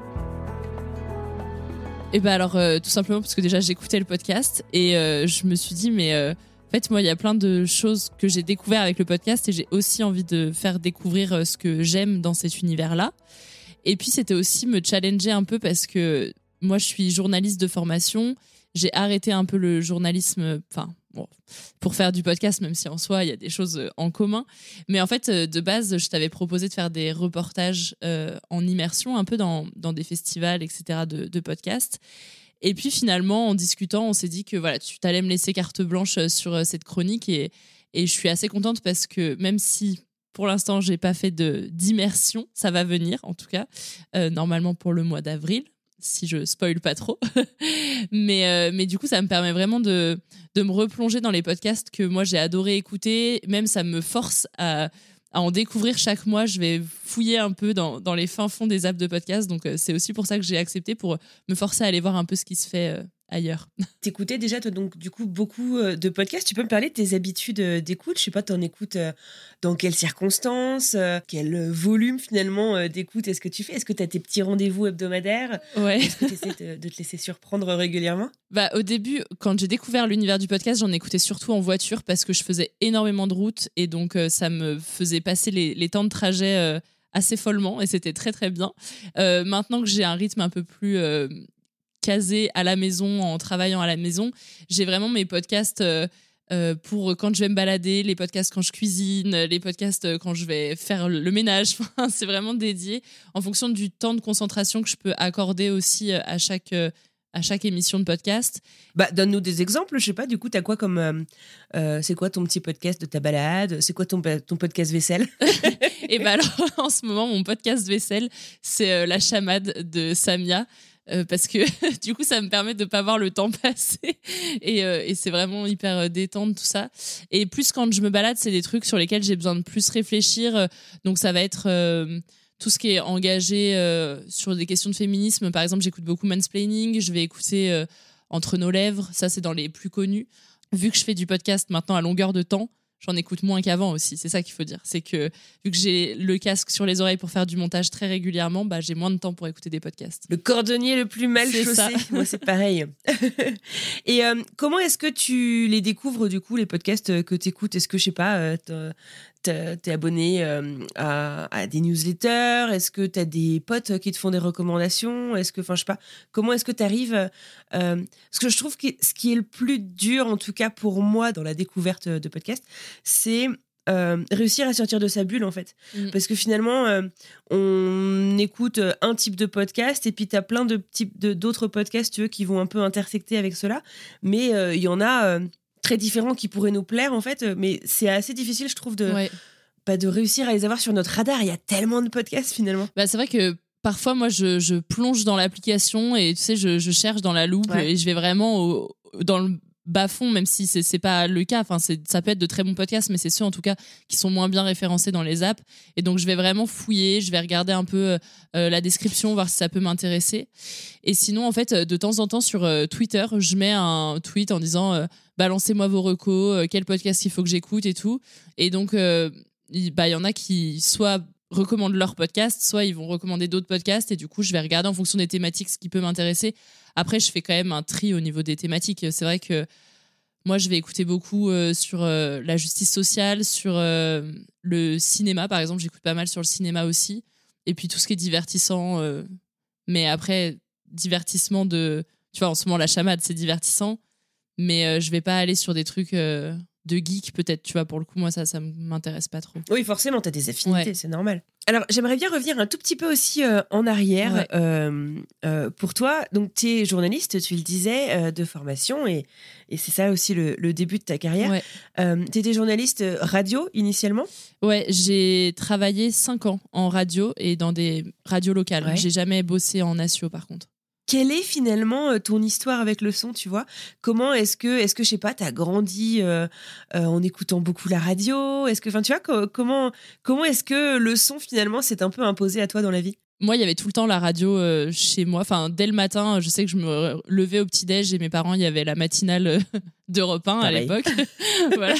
S11: Et bah alors euh, tout simplement parce que déjà j'écoutais le podcast et euh, je me suis dit mais euh, en fait moi il y a plein de choses que j'ai découvert avec le podcast et j'ai aussi envie de faire découvrir euh, ce que j'aime dans cet univers-là. Et puis c'était aussi me challenger un peu parce que moi je suis journaliste de formation, j'ai arrêté un peu le journalisme, enfin bon, pour faire du podcast, même si en soi il y a des choses en commun. Mais en fait, de base, je t'avais proposé de faire des reportages euh, en immersion, un peu dans, dans des festivals, et cetera de, de podcasts. Et puis finalement, en discutant, on s'est dit que voilà, tu t'allais me laisser carte blanche sur cette chronique et, et je suis assez contente parce que même si pour l'instant j'ai pas fait de d'immersion, ça va venir en tout cas, euh, normalement pour le mois d'avril, si je spoil pas trop. mais, euh, mais du coup, ça me permet vraiment de, de me replonger dans les podcasts que moi j'ai adoré écouter. Même ça me force à, à en découvrir chaque mois. Je vais fouiller un peu dans, dans les fins fonds des apps de podcasts. Donc euh, c'est aussi pour ça que j'ai accepté, pour me forcer à aller voir un peu ce qui se fait euh, ailleurs.
S12: T'écoutais déjà, toi, donc, du coup, beaucoup euh, de podcasts. Tu peux me parler de tes habitudes euh, d'écoute ? Je sais pas, t'en écoutes euh, dans quelles circonstances, euh, quel euh, volume finalement euh, d'écoute est-ce que tu fais ? Est-ce que t'as tes petits rendez-vous hebdomadaires ?
S11: Ouais.
S12: Est-ce que t'essaies de, de te laisser surprendre régulièrement ?
S11: Bah, au début, quand j'ai découvert l'univers du podcast, j'en écoutais surtout en voiture parce que je faisais énormément de route et donc euh, ça me faisait passer les, les temps de trajet euh, assez follement et c'était très très bien. Euh, maintenant que j'ai un rythme un peu plus euh, casé à la maison, en travaillant à la maison, j'ai vraiment mes podcasts euh, euh, pour quand je vais me balader, les podcasts quand je cuisine, les podcasts quand je vais faire le ménage. Enfin, c'est vraiment dédié en fonction du temps de concentration que je peux accorder aussi à chaque, à chaque émission de podcast.
S12: Bah, donne-nous des exemples, je sais pas, du coup, t'as quoi comme... Euh, euh, c'est quoi ton petit podcast de ta balade ? C'est quoi ton, ton podcast vaisselle ?
S11: Et bah alors, en ce moment, mon podcast vaisselle, c'est euh, La Chamade de Samia. Euh, parce que du coup ça me permet de pas voir le temps passer et, euh, et c'est vraiment hyper euh, détente tout ça, et plus quand je me balade c'est des trucs sur lesquels j'ai besoin de plus réfléchir, euh, donc ça va être euh, tout ce qui est engagé euh, sur des questions de féminisme. Par exemple, j'écoute beaucoup Mansplaining, je vais écouter euh, Entre nos lèvres, ça c'est dans les plus connus. Vu que je fais du podcast maintenant à longueur de temps, j'en écoute moins qu'avant aussi, c'est ça qu'il faut dire. C'est que vu que j'ai le casque sur les oreilles pour faire du montage très régulièrement, bah, j'ai moins de temps pour écouter des podcasts.
S12: Le cordonnier le plus mal
S11: C'est
S12: chaussé.
S11: ça.
S12: Moi, c'est pareil. Et euh, comment est-ce que tu les découvres, du coup, les podcasts que tu écoutes ? Est-ce que, je sais pas, euh, t'es abonné euh, à, à des newsletters ? Est-ce que tu as des potes qui te font des recommandations ? Est-ce que, enfin, je sais pas, comment est-ce que tu arrives euh, Parce que je trouve que ce qui est le plus dur, en tout cas pour moi, dans la découverte de podcasts, c'est euh, réussir à sortir de sa bulle en fait.
S11: Mm.
S12: Parce que finalement, euh, on écoute un type de podcast et puis tu as plein de types de, d'autres podcasts tu veux, qui vont un peu intersecter avec cela. Mais il euh, y en a euh, très différents qui pourraient nous plaire en fait. Mais c'est assez difficile, je trouve, de,
S11: Ouais.
S12: bah, de réussir à les avoir sur notre radar. Il y a tellement de podcasts finalement.
S11: Bah, c'est vrai que parfois, moi, je, je plonge dans l'application et tu sais, je, je cherche dans la loupe
S12: Ouais.
S11: et je vais vraiment au- dans le bas-fond, même si c'est, c'est pas le cas. Enfin, c'est, ça peut être de très bons podcasts, mais c'est ceux en tout cas qui sont moins bien référencés dans les apps. Et donc, je vais vraiment fouiller, je vais regarder un peu euh, la description, voir si ça peut m'intéresser. Et sinon, en fait, de temps en temps sur euh, Twitter, je mets un tweet en disant euh, balancez-moi vos recos, euh, quel podcast il faut que j'écoute et tout. Et donc, euh, il bah, y en a qui soit recommandent leur podcast, soit ils vont recommander d'autres podcasts et du coup je vais regarder en fonction des thématiques ce qui peut m'intéresser. Après je fais quand même un tri au niveau des thématiques. C'est vrai que moi je vais écouter beaucoup euh, sur euh, la justice sociale, sur euh, le cinéma par exemple, j'écoute pas mal sur le cinéma aussi, et puis tout ce qui est divertissant, euh, mais après divertissement de, tu vois en ce moment la chamade c'est divertissant, mais euh, je vais pas aller sur des trucs euh, de geek peut-être, tu vois, pour le coup moi ça ça m'intéresse pas trop.
S12: Oui, forcément, tu as des affinités,
S11: Ouais.
S12: c'est normal. Alors, j'aimerais bien revenir un tout petit peu aussi euh, en arrière
S11: Ouais.
S12: euh, euh, pour toi. Donc, tu es journaliste, tu le disais, euh, de formation, et, et c'est ça aussi le, le début de ta carrière.
S11: Ouais.
S12: Euh, tu étais journaliste radio initialement.
S11: Ouais, j'ai travaillé cinq ans en radio et dans des radios locales.
S12: Ouais.
S11: J'ai jamais bossé en Asio par contre.
S12: Quelle est finalement euh, ton histoire avec le son, tu vois? Comment est-ce que, est-ce que je sais pas, t'as grandi euh, euh, en écoutant beaucoup la radio? Est-ce que, enfin, tu vois, co- comment, comment est-ce que le son finalement s'est un peu imposé à toi dans la vie?
S11: Moi, il y avait tout le temps la radio euh, chez moi. Enfin, dès le matin, je sais que je me levais au petit-déj et mes parents, il y avait la matinale euh, d'Europe un à
S12: Pareil.
S11: l'époque. Voilà.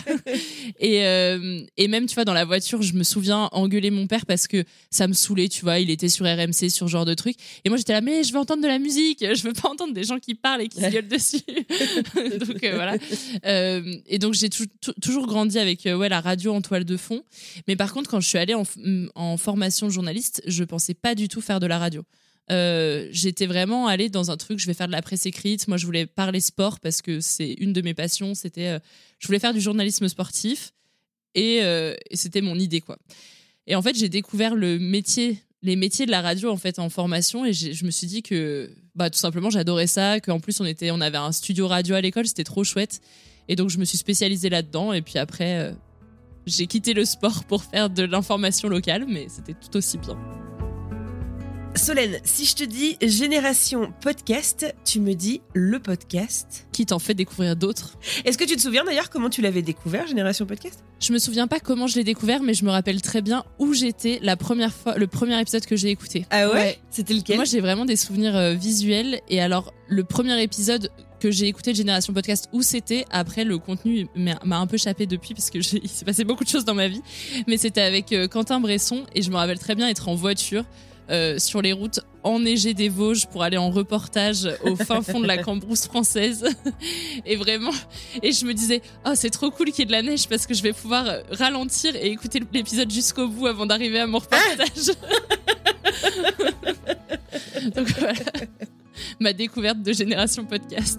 S11: Et, euh, et même, tu vois, dans la voiture, je me souviens engueuler mon père parce que ça me saoulait, tu vois. Il était sur R M C, sur ce genre de truc. Et moi, j'étais là, mais je veux entendre de la musique. Je veux pas entendre des gens qui parlent et qui se gueulent dessus. Donc, euh, voilà. Euh, et donc, j'ai tou- tou- toujours grandi avec euh, ouais, la radio en toile de fond. Mais par contre, quand je suis allée en, f- en formation de journaliste, je pensais pas du tout faire de la radio. Euh, j'étais vraiment allée dans un truc, je vais faire de la presse écrite. Moi, je voulais parler sport parce que c'est une de mes passions. C'était, euh, je voulais faire du journalisme sportif et, euh, et c'était mon idée, quoi. Et en fait, j'ai découvert le métier, les métiers de la radio en fait en formation et j'ai- je me suis dit que, bah, tout simplement, j'adorais ça. Qu'en plus, on était, on avait un studio radio à l'école, c'était trop chouette. Et donc, je me suis spécialisée là-dedans. Et puis après, euh, j'ai quitté le sport pour faire de l'information locale, mais c'était tout aussi bien.
S12: Solène, si je te dis Génération Podcast, tu me dis le podcast.
S11: Qui t'en fait découvrir d'autres.
S12: Est-ce que tu te souviens d'ailleurs comment tu l'avais découvert, Génération Podcast?
S11: Je me souviens pas comment je l'ai découvert, mais je me rappelle très bien où j'étais la première fois, le premier épisode que j'ai écouté.
S12: Ah ouais, C'était lequel?
S11: Moi, j'ai vraiment des souvenirs euh, visuels. Et alors, le premier épisode que j'ai écouté de Génération Podcast, où c'était, après, le contenu m'a m'a un peu chappé depuis, parce que j'ai- il s'est passé beaucoup de choses dans ma vie. Mais c'était avec euh, Quentin Bresson, et je me rappelle très bien être en voiture, euh, sur les routes enneigées des Vosges pour aller en reportage au fin fond de la Cambrousse française. Et vraiment, et je me disais, oh, c'est trop cool qu'il y ait de la neige parce que je vais pouvoir euh, ralentir et écouter l'épisode jusqu'au bout avant d'arriver à mon reportage. Donc voilà, ma découverte de Génération Podcast.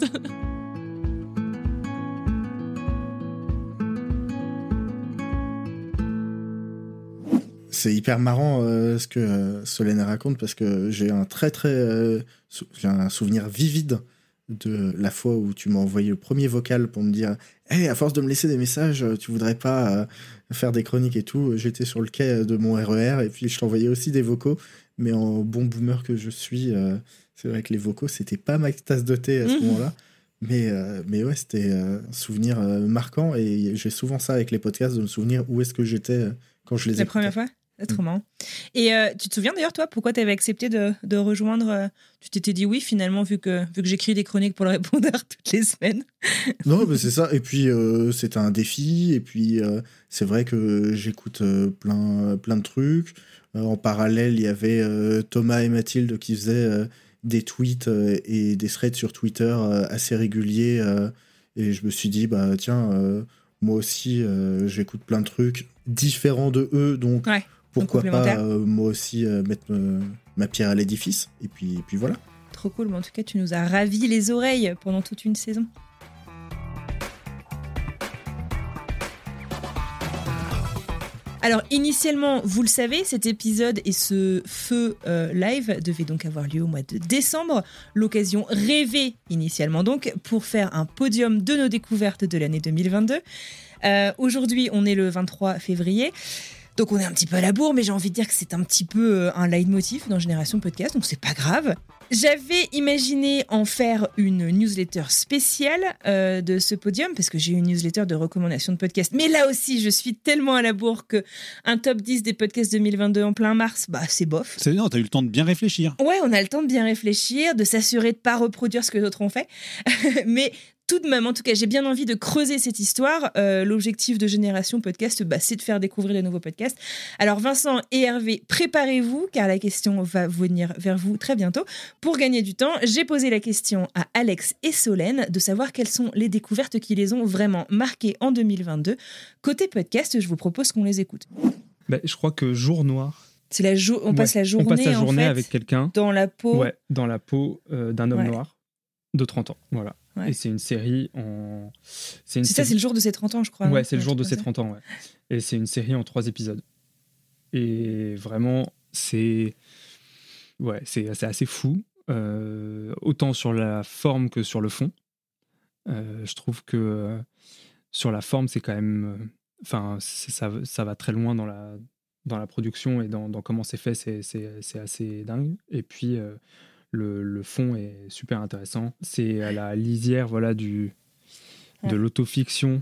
S6: C'est hyper marrant euh, ce que euh, Solène raconte parce que j'ai un très très euh, sou- j'ai un souvenir vivide de la fois où tu m'as envoyé le premier vocal pour me dire hey, à force de me laisser des messages, tu voudrais pas euh, faire des chroniques et tout. J'étais sur le quai de mon R E R et puis je t'envoyais aussi des vocaux, mais en bon boomer que je suis, euh, c'est vrai que les vocaux c'était pas ma tasse de thé à ce
S12: Mmh.
S6: moment-là. Mais, euh, mais ouais, c'était euh, un souvenir euh, marquant et j'ai souvent ça avec les podcasts de me souvenir où est-ce que j'étais euh, quand je les
S5: La
S6: écoutais.
S5: première fois? C'est trop marrant. Et euh, tu te souviens d'ailleurs, toi, pourquoi tu avais accepté de, de rejoindre euh, Tu t'étais dit oui, finalement, vu que, vu que j'écris des chroniques pour le répondeur toutes les semaines.
S6: Non, mais c'est ça. Et puis, euh, c'était un défi. Et puis, euh, c'est vrai que j'écoute euh, plein, plein de trucs. Euh, en parallèle, il y avait euh, Thomas et Mathilde qui faisaient euh, des tweets euh, et des threads sur Twitter euh, assez réguliers. Euh, et je me suis dit, bah tiens, euh, moi aussi, euh, j'écoute plein de trucs différents de eux. Donc,
S5: Ouais.
S6: pourquoi pas
S5: complémentaire.
S6: euh, moi aussi euh, mettre euh, ma pierre à l'édifice. Et puis, et puis voilà.
S5: Trop cool. Mais en tout cas, tu nous as ravi les oreilles pendant toute une saison. Alors, initialement, vous le savez, cet épisode et ce feu euh, live devaient donc avoir lieu au mois de décembre. L'occasion rêvée, initialement donc, pour faire un podium de nos découvertes de l'année deux mille vingt-deux. Euh, aujourd'hui, on est le vingt-trois février. Donc, on est un petit peu à la bourre, mais j'ai envie de dire que c'est un petit peu un leitmotiv dans Génération Podcast, donc c'est pas grave. J'avais imaginé en faire une newsletter spéciale euh, de ce podium, parce que j'ai une newsletter de recommandations de podcasts. Mais là aussi, je suis tellement à la bourre qu'un top dix des podcasts deux mille vingt-deux en plein mars, bah c'est bof.
S8: C'est bien, t'as eu le temps de bien réfléchir.
S5: Ouais, on a le temps de bien réfléchir, de s'assurer de pas reproduire ce que les autres ont fait. Mais tout de même, en tout cas, j'ai bien envie de creuser cette histoire. Euh, l'objectif de Génération Podcast, bah, c'est de faire découvrir de nouveaux podcasts. Alors Vincent et Hervé, préparez-vous, car la question va venir vers vous très bientôt. Pour gagner du temps, j'ai posé la question à Alex et Solène de savoir quelles sont les découvertes qui les ont vraiment marquées en deux mille vingt-deux. Côté podcast, je vous propose qu'on les écoute.
S9: Bah, je crois que Jour Noir.
S5: C'est la jo- on
S9: Ouais,
S5: passe la journée,
S9: on passe la journée
S5: en fait,
S9: avec quelqu'un.
S5: dans la peau.
S9: Ouais, dans la peau euh, d'un homme
S5: Ouais.
S9: noir de trente ans. Voilà.
S5: Ouais.
S9: Et c'est une série en. C'est, une
S5: C'est ça,
S9: série-
S5: c'est le jour de ses trente ans, je crois.
S9: Ouais,
S5: non
S9: c'est le
S5: Un
S9: jour
S5: truc
S9: de
S5: comme
S9: ses
S5: ça.
S9: trente ans, ouais. Et c'est une série en trois épisodes. Et vraiment, c'est. Ouais, c'est, c'est assez fou. Euh, autant sur la forme que sur le fond. Euh, je trouve que euh, sur la forme, c'est quand même. Enfin, c'est- ça, ça va très loin dans la, dans la production et dans, dans comment c'est fait, c'est, c'est, c'est assez dingue. Et puis. Euh, Le, le fond est super intéressant. C'est à la lisière, voilà, du, de
S5: Ouais.
S9: l'autofiction,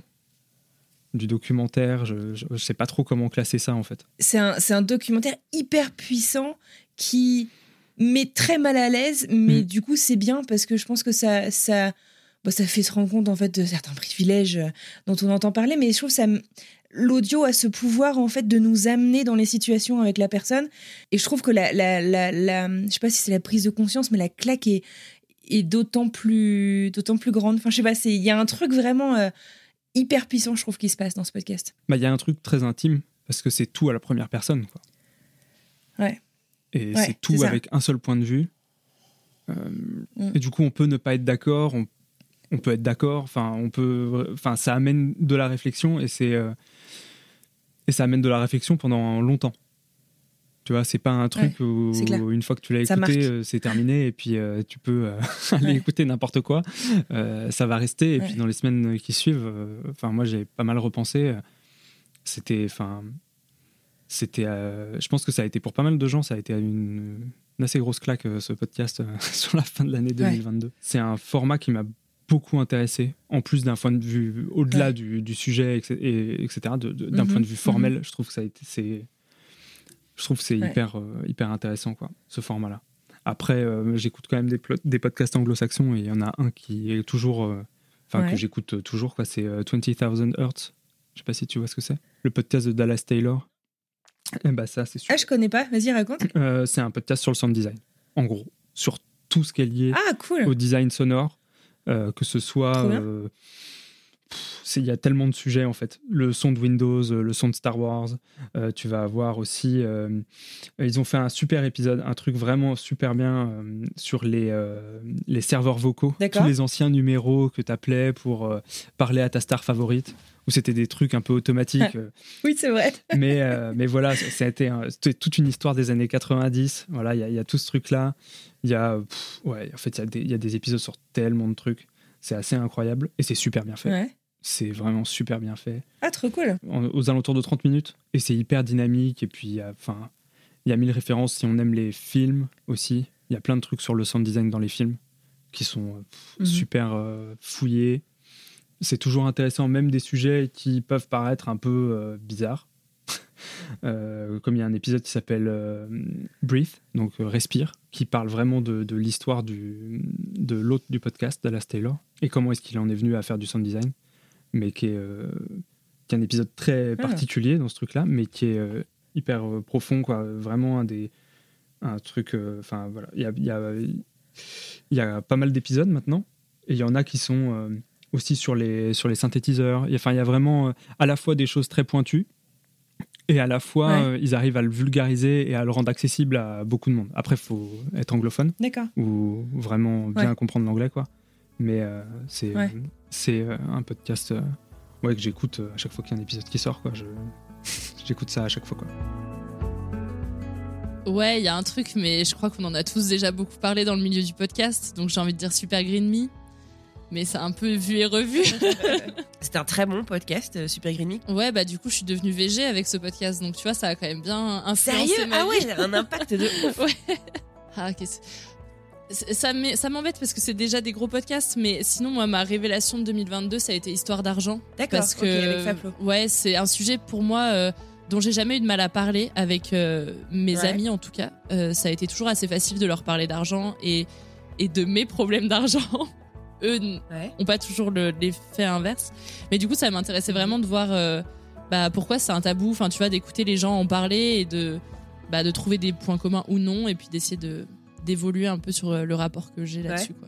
S9: du documentaire. Je ne sais pas trop comment classer ça, en fait.
S5: C'est un, c'est un documentaire hyper puissant qui met très mal à l'aise, mais
S9: Mm.
S5: du coup, c'est bien parce que je pense que ça, ça, bah, ça fait se rendre compte en fait, de certains privilèges euh, dont on entend parler, mais je trouve que ça. m- L'audio a ce pouvoir en fait de nous amener dans les situations avec la personne, et je trouve que la, la, la, la je sais pas si c'est la prise de conscience, mais la claque est, est d'autant plus, d'autant plus grande. Enfin, je sais pas, c'est- il y a un truc vraiment euh, hyper puissant, je trouve, qui se passe dans ce podcast.
S9: Bah, il y a un truc très intime, parce que c'est tout à la première personne, quoi.
S5: Ouais.
S9: Et
S5: Ouais,
S9: c'est tout
S5: c'est ça.
S9: avec un seul point de vue. Euh,
S5: Mm.
S9: Et du coup, on peut ne pas être d'accord, on, on peut être d'accord, enfin, on peut, enfin, ça amène de la réflexion, et c'est euh, et ça amène de la réflexion pendant longtemps. Tu vois, c'est pas un truc
S5: Ouais,
S9: où,
S5: c'est clair.
S9: une fois que tu l'as
S5: Ça
S9: écouté,
S5: marque.
S9: euh, c'est terminé, et puis euh, tu peux euh, aller
S5: Ouais.
S9: écouter n'importe quoi. Euh, ça va rester, et
S5: Ouais.
S9: puis dans les semaines qui suivent, euh, enfin, moi j'ai pas mal repensé. euh, C'était, enfin, c'était, euh, je pense que ça a été pour pas mal de gens, ça a été une, une assez grosse claque, euh, ce podcast euh, sur la fin de l'année deux mille vingt-deux. C'est un format qui m'a beaucoup intéressé, en plus d'un point de vue au-delà
S5: Ouais.
S9: du, du sujet, et, et- etc. de- de- d'un
S5: Mhm,
S9: point de vue formel,
S5: mhm.
S9: je trouve que ça a été, c'est, je trouve que c'est
S5: Ouais.
S9: hyper, euh, hyper intéressant, quoi, ce format-là. Après, euh, j'écoute quand même des, plo- des podcasts anglo-saxons, et il y en a un qui est toujours, euh, enfin
S5: Ouais.
S9: que j'écoute toujours, quoi. C'est euh, twenty thousand Hertz. Je sais pas si tu vois ce que c'est. Le podcast de Dallas Taylor. Eh ben ça, c'est super.
S5: Ah, je connais pas. Vas-y, raconte.
S9: Euh, c'est un podcast sur le sound design, en gros, sur tout ce qui est lié
S5: Ah, cool.
S9: au design sonore, euh, que ce soit.
S5: Trop bien.
S9: euh, pff, c'est- Il y a tellement de sujets, en fait. Le son de Windows, euh, le son de Star Wars. Euh, tu vas avoir aussi. euh, ils ont fait un super épisode, un truc vraiment super bien euh, sur les, euh, les serveurs vocaux.
S5: D'accord.
S9: Tous les anciens numéros que tu appelais pour euh, parler à ta star favorite, où c'était des trucs un peu automatiques. euh,
S5: Oui, c'est vrai.
S9: mais, euh, mais voilà, ça, ça a été un- c'était toute une histoire des années quatre-vingt-dix. Voilà, il y, a- il y a tout ce truc-là. Il y a, pff, ouais, en fait, il y, a des- il y a des épisodes sur tellement de trucs. C'est assez incroyable et c'est super bien fait.
S5: Ouais.
S9: C'est vraiment super bien fait.
S5: Ah, trop cool.
S9: En- aux alentours de trente minutes. Et c'est hyper dynamique. Et puis, il y a, enfin, il y a mille références. Si on aime les films aussi, il y a plein de trucs sur le sound design dans les films qui sont euh, pff,
S5: Mhm.
S9: super euh, fouillés. C'est toujours intéressant, même des sujets qui peuvent paraître un peu euh, bizarres. Euh, comme il y a un épisode qui s'appelle euh, Breathe, donc euh, Respire, qui parle vraiment de, de l'histoire du, de l'hôte du podcast, Dallas Taylor, et comment est-ce qu'il en est venu à faire du sound design, mais qui est, euh, qui est un épisode très particulier dans ce truc-là, mais qui est euh, hyper euh, profond, quoi. Vraiment un des un truc. Enfin voilà, il y a, il y, a, il y a pas mal d'épisodes maintenant, et il y en a qui sont euh, aussi sur les sur les synthétiseurs. Enfin, il y a vraiment euh, à la fois des choses très pointues. Et à la fois,
S5: Ouais.
S9: euh, ils arrivent à le vulgariser et à le rendre accessible à beaucoup de monde. Après, il faut être anglophone.
S5: D'accord.
S9: Ou vraiment bien
S5: Ouais.
S9: comprendre l'anglais, quoi. Mais euh, c'est
S5: Ouais.
S9: c'est euh, un podcast euh, ouais, que j'écoute euh, à chaque fois qu'il y a un épisode qui sort, quoi. Je, j'écoute ça à chaque fois, quoi.
S11: Ouais, il y a un truc, mais je crois qu'on en a tous déjà beaucoup parlé dans le milieu du podcast, donc j'ai envie de dire Super Green Me, mais c'est un peu vu et revu.
S12: C'est un très bon podcast, euh, Super Green Me.
S11: Ouais, bah du coup, je suis devenue végé avec ce podcast, donc tu vois, ça a quand même bien influencé
S12: Sérieux
S11: ma
S12: Ah
S11: vie.
S12: ouais, un impact de ouf.
S11: Ouais. Ah, qu'est-ce... Ça, m'est- ça m'embête parce que c'est déjà des gros podcasts, mais sinon, moi, ma révélation de deux mille vingt-deux, ça a été Histoire d'argent.
S12: D'accord,
S11: Parce
S12: ok,
S11: que,
S12: avec Fablo.
S11: ouais, c'est un sujet pour moi euh, dont j'ai jamais eu de mal à parler avec euh, mes
S12: Ouais.
S11: amis, en tout cas. Euh, ça a été toujours assez facile de leur parler d'argent et, et de mes problèmes d'argent. Eux n-
S12: Ouais.
S11: ont pas toujours le- l'effet inverse. Mais du coup, ça m'intéressait vraiment de voir euh, bah, pourquoi c'est un tabou. Enfin, tu vois, d'écouter les gens en parler et de, bah, de trouver des points communs ou non, et puis d'essayer de d'évoluer un peu sur euh, le rapport que j'ai là-dessus, quoi.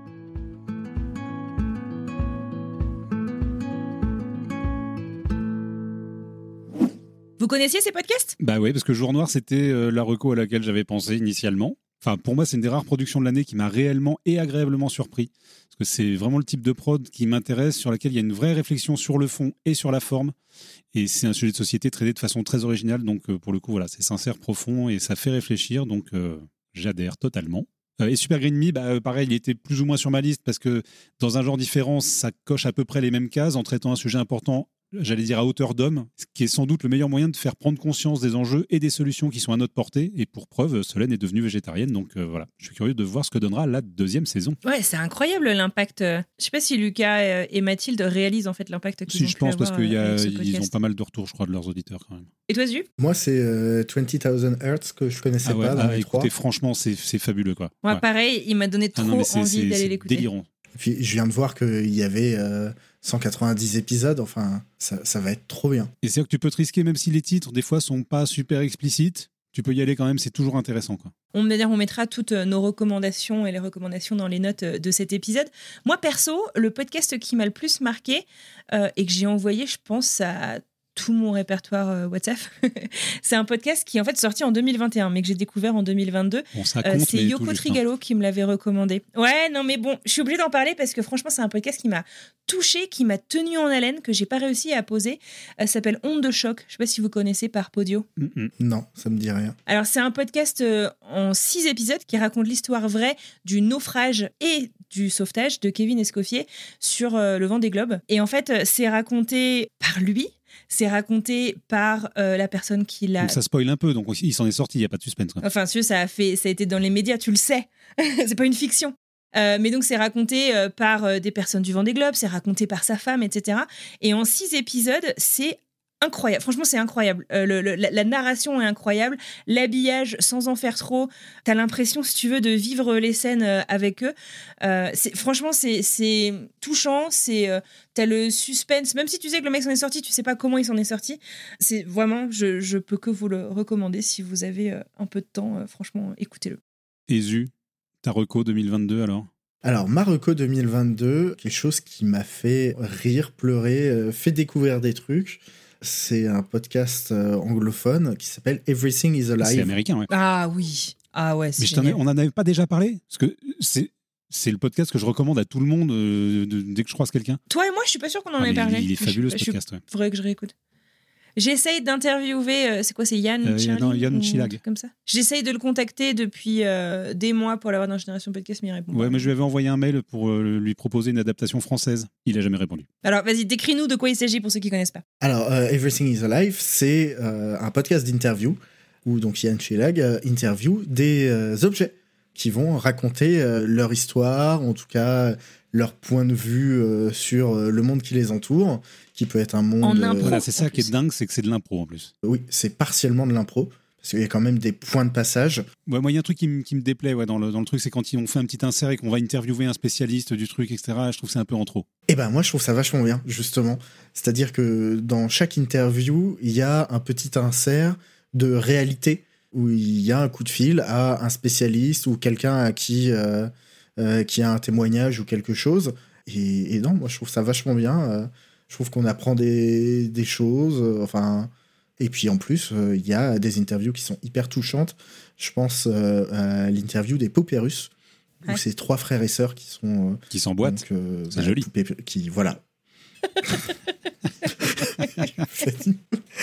S5: Vous connaissiez ces podcasts ?
S8: Bah ouais, parce que Jour Noir, c'était euh, la reco à laquelle j'avais pensé initialement. Enfin, pour moi, c'est une des rares productions de l'année qui m'a réellement et agréablement surpris. Parce que c'est vraiment le type de prod qui m'intéresse, sur laquelle il y a une vraie réflexion sur le fond et sur la forme. Et c'est un sujet de société traité de façon très originale. Donc, euh, pour le coup, voilà, c'est sincère, profond et ça fait réfléchir. Donc, euh, j'adhère totalement. Euh, et Super Green Me, bah, euh, pareil, il était plus ou moins sur ma liste parce que dans un genre différent, ça coche à peu près les mêmes cases en traitant un sujet important, j'allais dire à hauteur d'homme, ce qui est sans doute le meilleur moyen de faire prendre conscience des enjeux et des solutions qui sont à notre portée. Et pour preuve, Solène est devenue végétarienne. Donc euh, voilà, je suis curieux de voir ce que donnera la deuxième saison.
S5: Ouais, c'est incroyable l'impact. euh, Je sais pas si Lucas euh, et Mathilde réalisent en fait l'impact qu'ils
S8: Si,
S5: ont
S8: je
S5: pu
S8: pense parce
S5: avoir,
S8: qu'ils
S5: euh, avec ce podcast.
S8: ont pas mal de retours, je crois, de leurs auditeurs quand même.
S5: Et toi, Zu ?
S6: Moi, c'est euh, vingt mille Hertz que je connaissais
S8: Ah ouais,
S6: pas dans
S8: ah,
S6: les
S8: écoutez,
S6: trois.
S8: franchement, c'est c'est fabuleux, quoi.
S5: Moi,
S8: Ouais.
S5: pareil, il m'a donné
S8: Ah
S5: trop
S8: non, mais c'est-
S5: envie
S8: c'est-
S5: d'aller
S8: c'est
S5: l'écouter.
S8: délirant.
S6: Puis je viens de voir qu'il y avait euh, cent quatre-vingt-dix épisodes. Enfin, ça, ça va être trop bien.
S8: Et c'est que tu peux te risquer, même si les titres, des fois, sont pas super explicites. Tu peux y aller quand même, c'est toujours intéressant, quoi.
S5: On, d'ailleurs, on mettra toutes euh, nos recommandations et les recommandations dans les notes euh, de cet épisode. Moi, perso, le podcast qui m'a le plus marqué euh, et que j'ai envoyé, je pense, à tout mon répertoire euh, WhatsApp, c'est un podcast qui est en fait sorti en deux mille vingt et un, mais que j'ai découvert en deux mille vingt-deux.
S8: Bon, ça
S5: Euh,
S8: compte,
S5: c'est
S8: mais tout
S5: Yoko
S8: juste, hein.
S5: Trigalo qui me l'avait recommandé. Ouais, non, mais bon, je suis obligée d'en parler parce que franchement, c'est un podcast qui m'a touchée, qui m'a tenue en haleine, que j'ai pas réussi à poser. Euh, ça s'appelle Onde de choc. Je sais pas si vous connaissez par Podio.
S8: Mm-mm.
S6: Non, ça me dit rien.
S5: Alors, c'est un podcast euh, en six épisodes qui raconte l'histoire vraie du naufrage et du sauvetage de Kevin Escoffier sur euh, le Vendée Globe. Et en fait, euh, c'est raconté par lui. C'est raconté par euh, la personne qui l'a.
S8: Donc ça spoil un peu, donc il s'en est sorti, il n'y a pas de suspense, quoi.
S5: Enfin, si, ça a fait, ça a été dans les médias, tu le sais. C'est pas une fiction. Euh, mais donc c'est raconté euh, par euh, des personnes du Vendée Globe, c'est raconté par sa femme, et cetera. Et en six épisodes, c'est incroyable. Franchement, c'est incroyable. Euh, le- le- la, la narration est incroyable, l'habillage sans en faire trop. T'as l'impression, si tu veux, de vivre les scènes euh, avec eux. Euh, c'est, franchement, c'est, c'est touchant. C'est, euh, t'as le suspense. Même si tu sais que le mec s'en est sorti, tu sais pas comment il s'en est sorti. C'est vraiment, je, je peux que vous le recommander si vous avez euh, un peu de temps. euh, franchement, écoutez-le.
S8: Et Zu, ta reco deux mille vingt-deux, alors?
S6: Alors, Marocco deux mille vingt-deux, quelque chose qui m'a fait rire, pleurer, euh, fait découvrir des trucs. C'est un podcast euh, anglophone qui s'appelle Everything is Alive.
S8: C'est américain, ouais.
S5: Ah oui. Ah ouais, c'est
S8: Mais je t'en ai-
S5: génial.
S8: on en avait pas déjà parlé? Parce que c'est c'est le podcast que je recommande à tout le monde euh, de- dès que je croise quelqu'un.
S5: Toi et moi, je suis pas sûre qu'on en
S8: Ah,
S5: ait
S8: mais
S5: parlé.
S8: il est fabuleux,
S5: Je-
S8: ce
S5: je-
S8: podcast, ouais.
S5: Faudrait que je réécoute. J'essaye d'interviewer, euh, c'est quoi, c'est Yann
S8: Euh,
S5: Charlie
S8: non, Yann
S5: ou un
S8: Chilag.
S5: truc comme ça. J'essaye de le contacter depuis euh, des mois pour l'avoir dans Génération Podcast, mais il répond
S8: Ouais,
S5: pas.
S8: mais je lui avais envoyé un mail pour euh, lui proposer une adaptation française. Il a jamais répondu.
S5: Alors, vas-y, décris-nous de quoi il s'agit pour ceux qui connaissent pas.
S6: Alors, euh, Everything is Alive, c'est euh, un podcast d'interview où donc Yann Shelag euh, interview des euh, objets qui vont raconter euh, leur histoire, en tout cas leur point de vue euh, sur euh, le monde qui les entoure, qui peut être un monde...
S5: En
S6: euh,
S5: impro.
S8: Voilà, c'est ça
S5: en
S8: qui est
S5: plus.
S8: dingue, c'est que c'est de l'impro en plus.
S6: Oui, c'est partiellement de l'impro, parce qu'il y a quand même des points de passage.
S8: Ouais, moi, il y a un truc qui, me- qui me déplaît ouais, dans, le, dans le truc, c'est quand ils ont fait un petit insert et qu'on va interviewer un spécialiste du truc, et cetera. Je trouve que c'est un peu en trop.
S6: Eh ben moi je trouve ça vachement bien, justement. C'est-à-dire que dans chaque interview, il y a un petit insert de réalité où il y a un coup de fil à un spécialiste ou quelqu'un à qui, euh, euh, qui a un témoignage ou quelque chose. Et, et non, moi je trouve ça vachement bien. Euh, je trouve qu'on apprend des, des choses. euh, enfin, et puis en plus, euh, il y a des interviews qui sont hyper touchantes. Je pense euh, à l'interview des Paupérus, où
S5: Ouais.
S6: c'est trois frères et sœurs qui sont... euh,
S8: Qui s'emboîtent.
S6: donc, euh,
S8: C'est joli.
S6: poupées- qui, voilà.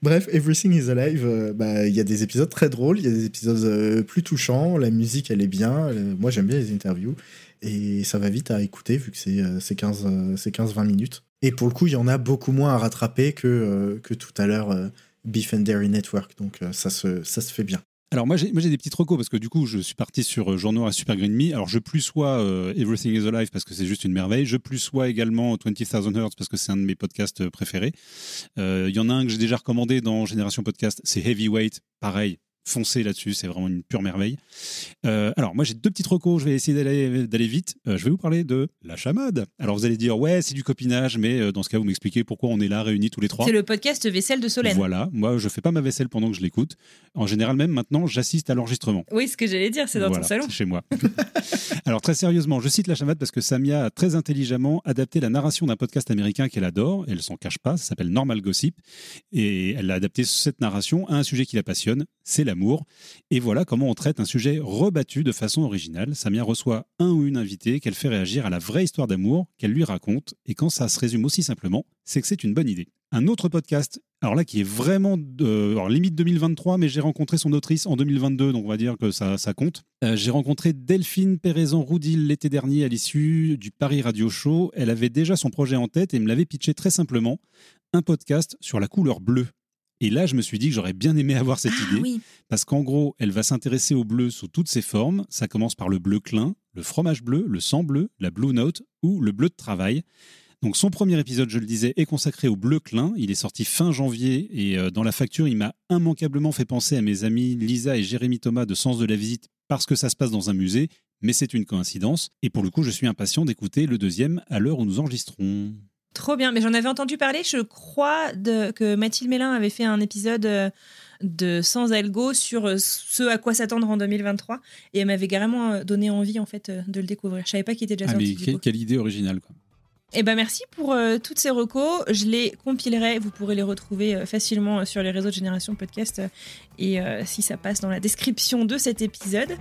S6: Bref, Everything is Alive, euh, bah, il y a des épisodes très drôles, il y a des épisodes euh, plus touchants, la musique elle est bien, euh, moi j'aime bien les interviews, et ça va vite à écouter vu que c'est, euh, c'est quinze vingt minutes. Et pour le coup, il y en a beaucoup moins à rattraper que, euh, que tout à l'heure euh, Beef and Dairy Network, donc euh, ça, se, ça se fait bien.
S8: Alors moi j'ai, moi j'ai des petits recos parce que du coup je suis parti sur euh, Jour Noir et Super Green Me. Alors je plus sois euh, Everything is Alive parce que c'est juste une merveille. Je plus sois également vingt thousand Hertz parce que c'est un de mes podcasts préférés. Il euh, y en a un que j'ai déjà recommandé dans Génération Podcast, c'est Heavyweight. Pareil, foncez là-dessus, c'est vraiment une pure merveille. Euh, alors moi j'ai deux petites recos, je vais essayer d'aller, d'aller vite. Euh, je vais vous parler de La Chamade. Alors vous allez dire ouais c'est du copinage, mais euh, dans ce cas vous m'expliquez pourquoi on est là réunis tous les trois.
S5: C'est le podcast Vaisselle de Solène.
S8: Voilà, moi je fais pas ma vaisselle pendant que je l'écoute. En général même maintenant j'assiste à l'enregistrement.
S5: Oui, ce que j'allais dire, c'est dans
S8: voilà,
S5: ton salon.
S8: C'est chez moi. Alors très sérieusement, je cite La Chamade parce que Samia a très intelligemment adapté la narration d'un podcast américain qu'elle adore, elle s'en cache pas, ça s'appelle Normal Gossip, et elle a adapté cette narration à un sujet qui la passionne, c'est l'amour. Et voilà comment on traite un sujet rebattu de façon originale. Samia reçoit un ou une invitée qu'elle fait réagir à la vraie histoire d'amour qu'elle lui raconte, et quand ça se résume aussi simplement, c'est que c'est une bonne idée. Un autre podcast, alors là qui est vraiment de, alors limite deux mille vingt-trois, mais j'ai rencontré son autrice en deux mille vingt-deux, donc on va dire que ça, ça compte. Euh, j'ai rencontré Delphine Péraison-Roudil l'été dernier à l'issue du Paris Radio Show. Elle avait déjà son projet en tête et me l'avait pitché très simplement, un podcast sur la couleur bleue. Et là, je me suis dit que j'aurais bien aimé avoir cette
S5: Ah,
S8: idée,
S5: oui.
S8: parce qu'en gros, elle va s'intéresser au bleu sous toutes ses formes. Ça commence par le bleu clin, le fromage bleu, le sang bleu, la Blue Note ou le bleu de travail. Donc son premier épisode, je le disais, est consacré au bleu clin. Il est sorti fin janvier et euh, dans la facture, il m'a immanquablement fait penser à mes amis Lisa et Jérémy Thomas de Sens de la Visite parce que ça se passe dans un musée, mais c'est une coïncidence. Et pour le coup, je suis impatient d'écouter le deuxième à l'heure où nous enregistrons.
S5: Trop bien, mais j'en avais entendu parler, je crois de, que Mathilde Mélin avait fait un épisode euh, de Sans Algo sur euh, ce à quoi s'attendre en deux mille vingt-trois, et elle m'avait carrément euh, donné envie en fait euh, de le découvrir. Je savais pas qu'il était déjà
S8: Ah
S5: sorti.
S8: mais que, quelle idée originale quoi.
S5: Eh ben merci pour euh, toutes ces recos. Je les compilerai. Vous pourrez les retrouver euh, facilement euh, sur les réseaux de Génération Podcast euh, et euh, si ça passe dans la description de cet épisode.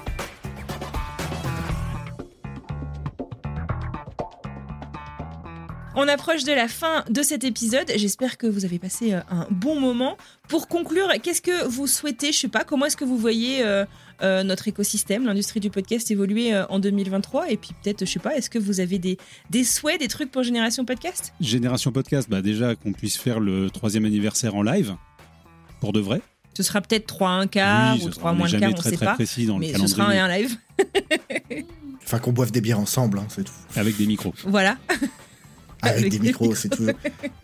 S5: On approche de la fin de cet épisode. J'espère que vous avez passé euh, un bon moment. Pour conclure, qu'est-ce que vous souhaitez ? Je sais pas. Comment est-ce que vous voyez euh, euh, notre écosystème, l'industrie du podcast évoluer euh, en deux mille vingt-trois ? Et puis peut-être, je sais pas. Est-ce que vous avez des des souhaits, des trucs pour Génération Podcast ?
S8: Génération Podcast, bah déjà qu'on puisse faire le troisième anniversaire en live, pour de vrai.
S5: Ce sera peut-être trois un quart
S8: Oui,
S5: ou
S8: ce
S5: trois
S8: sera- on
S5: moins
S8: est
S5: le
S8: jamais
S5: quart, on
S8: très,
S5: sait
S8: très
S5: pas.
S8: précis dans le
S5: Mais ce sera
S8: calendrier.
S5: un live.
S6: Enfin, qu'on boive des bières ensemble, hein, c'est tout.
S8: Avec des micros.
S5: Voilà.
S6: Avec,
S5: Avec
S6: des
S5: des
S6: micros,
S5: micros.
S6: c'est toujours.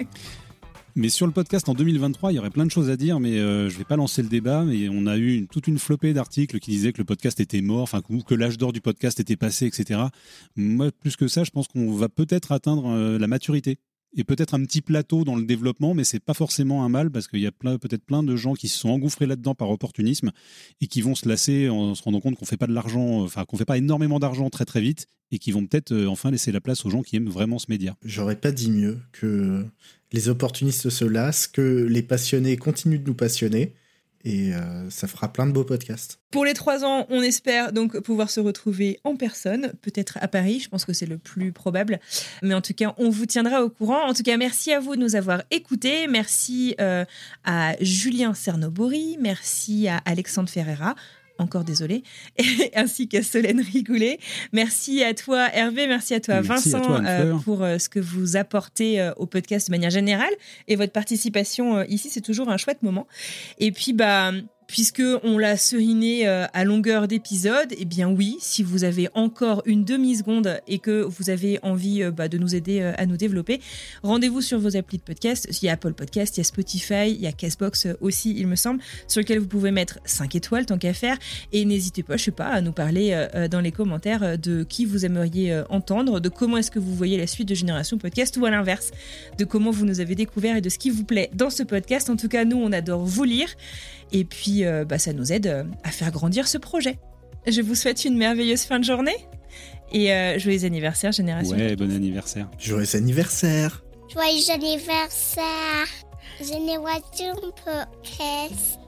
S8: Mais sur le podcast en deux mille vingt-trois, il y aurait plein de choses à dire, mais euh, je vais pas lancer le débat. Mais on a eu une- toute une flopée d'articles qui disaient que le podcast était mort, enfin que, que l'âge d'or du podcast était passé, et cetera. Moi, plus que ça, je pense qu'on va peut-être atteindre euh, la maturité et peut-être un petit plateau dans le développement, mais c'est pas forcément un mal parce qu'il y a plein, peut-être plein de gens qui se sont engouffrés là-dedans par opportunisme et qui vont se lasser en se rendant compte qu'on fait pas de l'argent, enfin qu'on fait pas énormément d'argent très très vite et qui vont peut-être euh, enfin laisser la place aux gens qui aiment vraiment ce média.
S6: J'aurais pas dit mieux que les opportunistes se lassent, que les passionnés continuent de nous passionner, et euh, ça fera plein de beaux podcasts.
S5: Pour les trois ans, on espère donc pouvoir se retrouver en personne, peut-être à Paris, je pense que c'est le plus probable. Mais en tout cas, on vous tiendra au courant. En tout cas, merci à vous de nous avoir écoutés. Merci euh, à Julien Cernobori, merci à Alexandre Ferreira, encore désolé, ainsi qu'à Solène Rigoulet. Merci à toi Hervé, merci à toi
S8: Merci à
S5: Vincent
S8: toi,
S5: euh,
S8: Anne-Fleur.
S5: pour euh, ce que vous apportez euh, au podcast de manière générale. Et votre participation euh, ici, c'est toujours un chouette moment. Et puis, bah... puisque on l'a seriné euh, à longueur d'épisode, eh bien oui, si vous avez encore une demi-seconde et que vous avez envie euh, bah, de nous aider euh, à nous développer, rendez-vous sur vos applis de podcast. Il y a Apple Podcast, il y a Spotify, il y a Castbox euh, aussi, il me semble, sur lequel vous pouvez mettre cinq étoiles tant qu'à faire. Et n'hésitez pas, je sais pas, à nous parler euh, dans les commentaires euh, de qui vous aimeriez euh, entendre, de comment est-ce que vous voyez la suite de Génération Podcast, ou à l'inverse, de comment vous nous avez découvert et de ce qui vous plaît dans ce podcast. En tout cas, nous, on adore vous lire. Et puis, euh, bah, ça nous aide euh, à faire grandir ce projet. Je vous souhaite une merveilleuse fin de journée et euh, joyeux anniversaire, Génération.
S8: Ouais, bon anniversaire.
S6: Joyeux anniversaire.
S4: Joyeux anniversaire, Génération Podcast.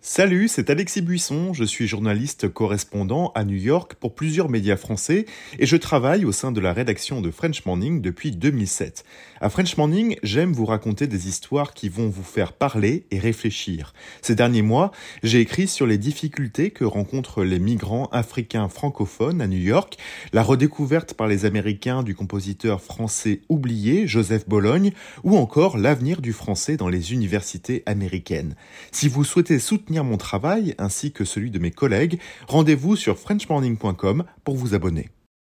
S13: Salut, c'est Alexis Buisson, je suis journaliste correspondant à New York pour plusieurs médias français et je travaille au sein de la rédaction de French Morning depuis deux mille sept. À French Morning, j'aime vous raconter des histoires qui vont vous faire parler et réfléchir. Ces derniers mois, j'ai écrit sur les difficultés que rencontrent les migrants africains francophones à New York, la redécouverte par les Américains du compositeur français oublié Joseph Bologne ou encore l'avenir du français dans les universités américaines. Si vous souhaitez soutenir mon travail ainsi que celui de mes collègues, rendez-vous sur french morning point com pour vous abonner.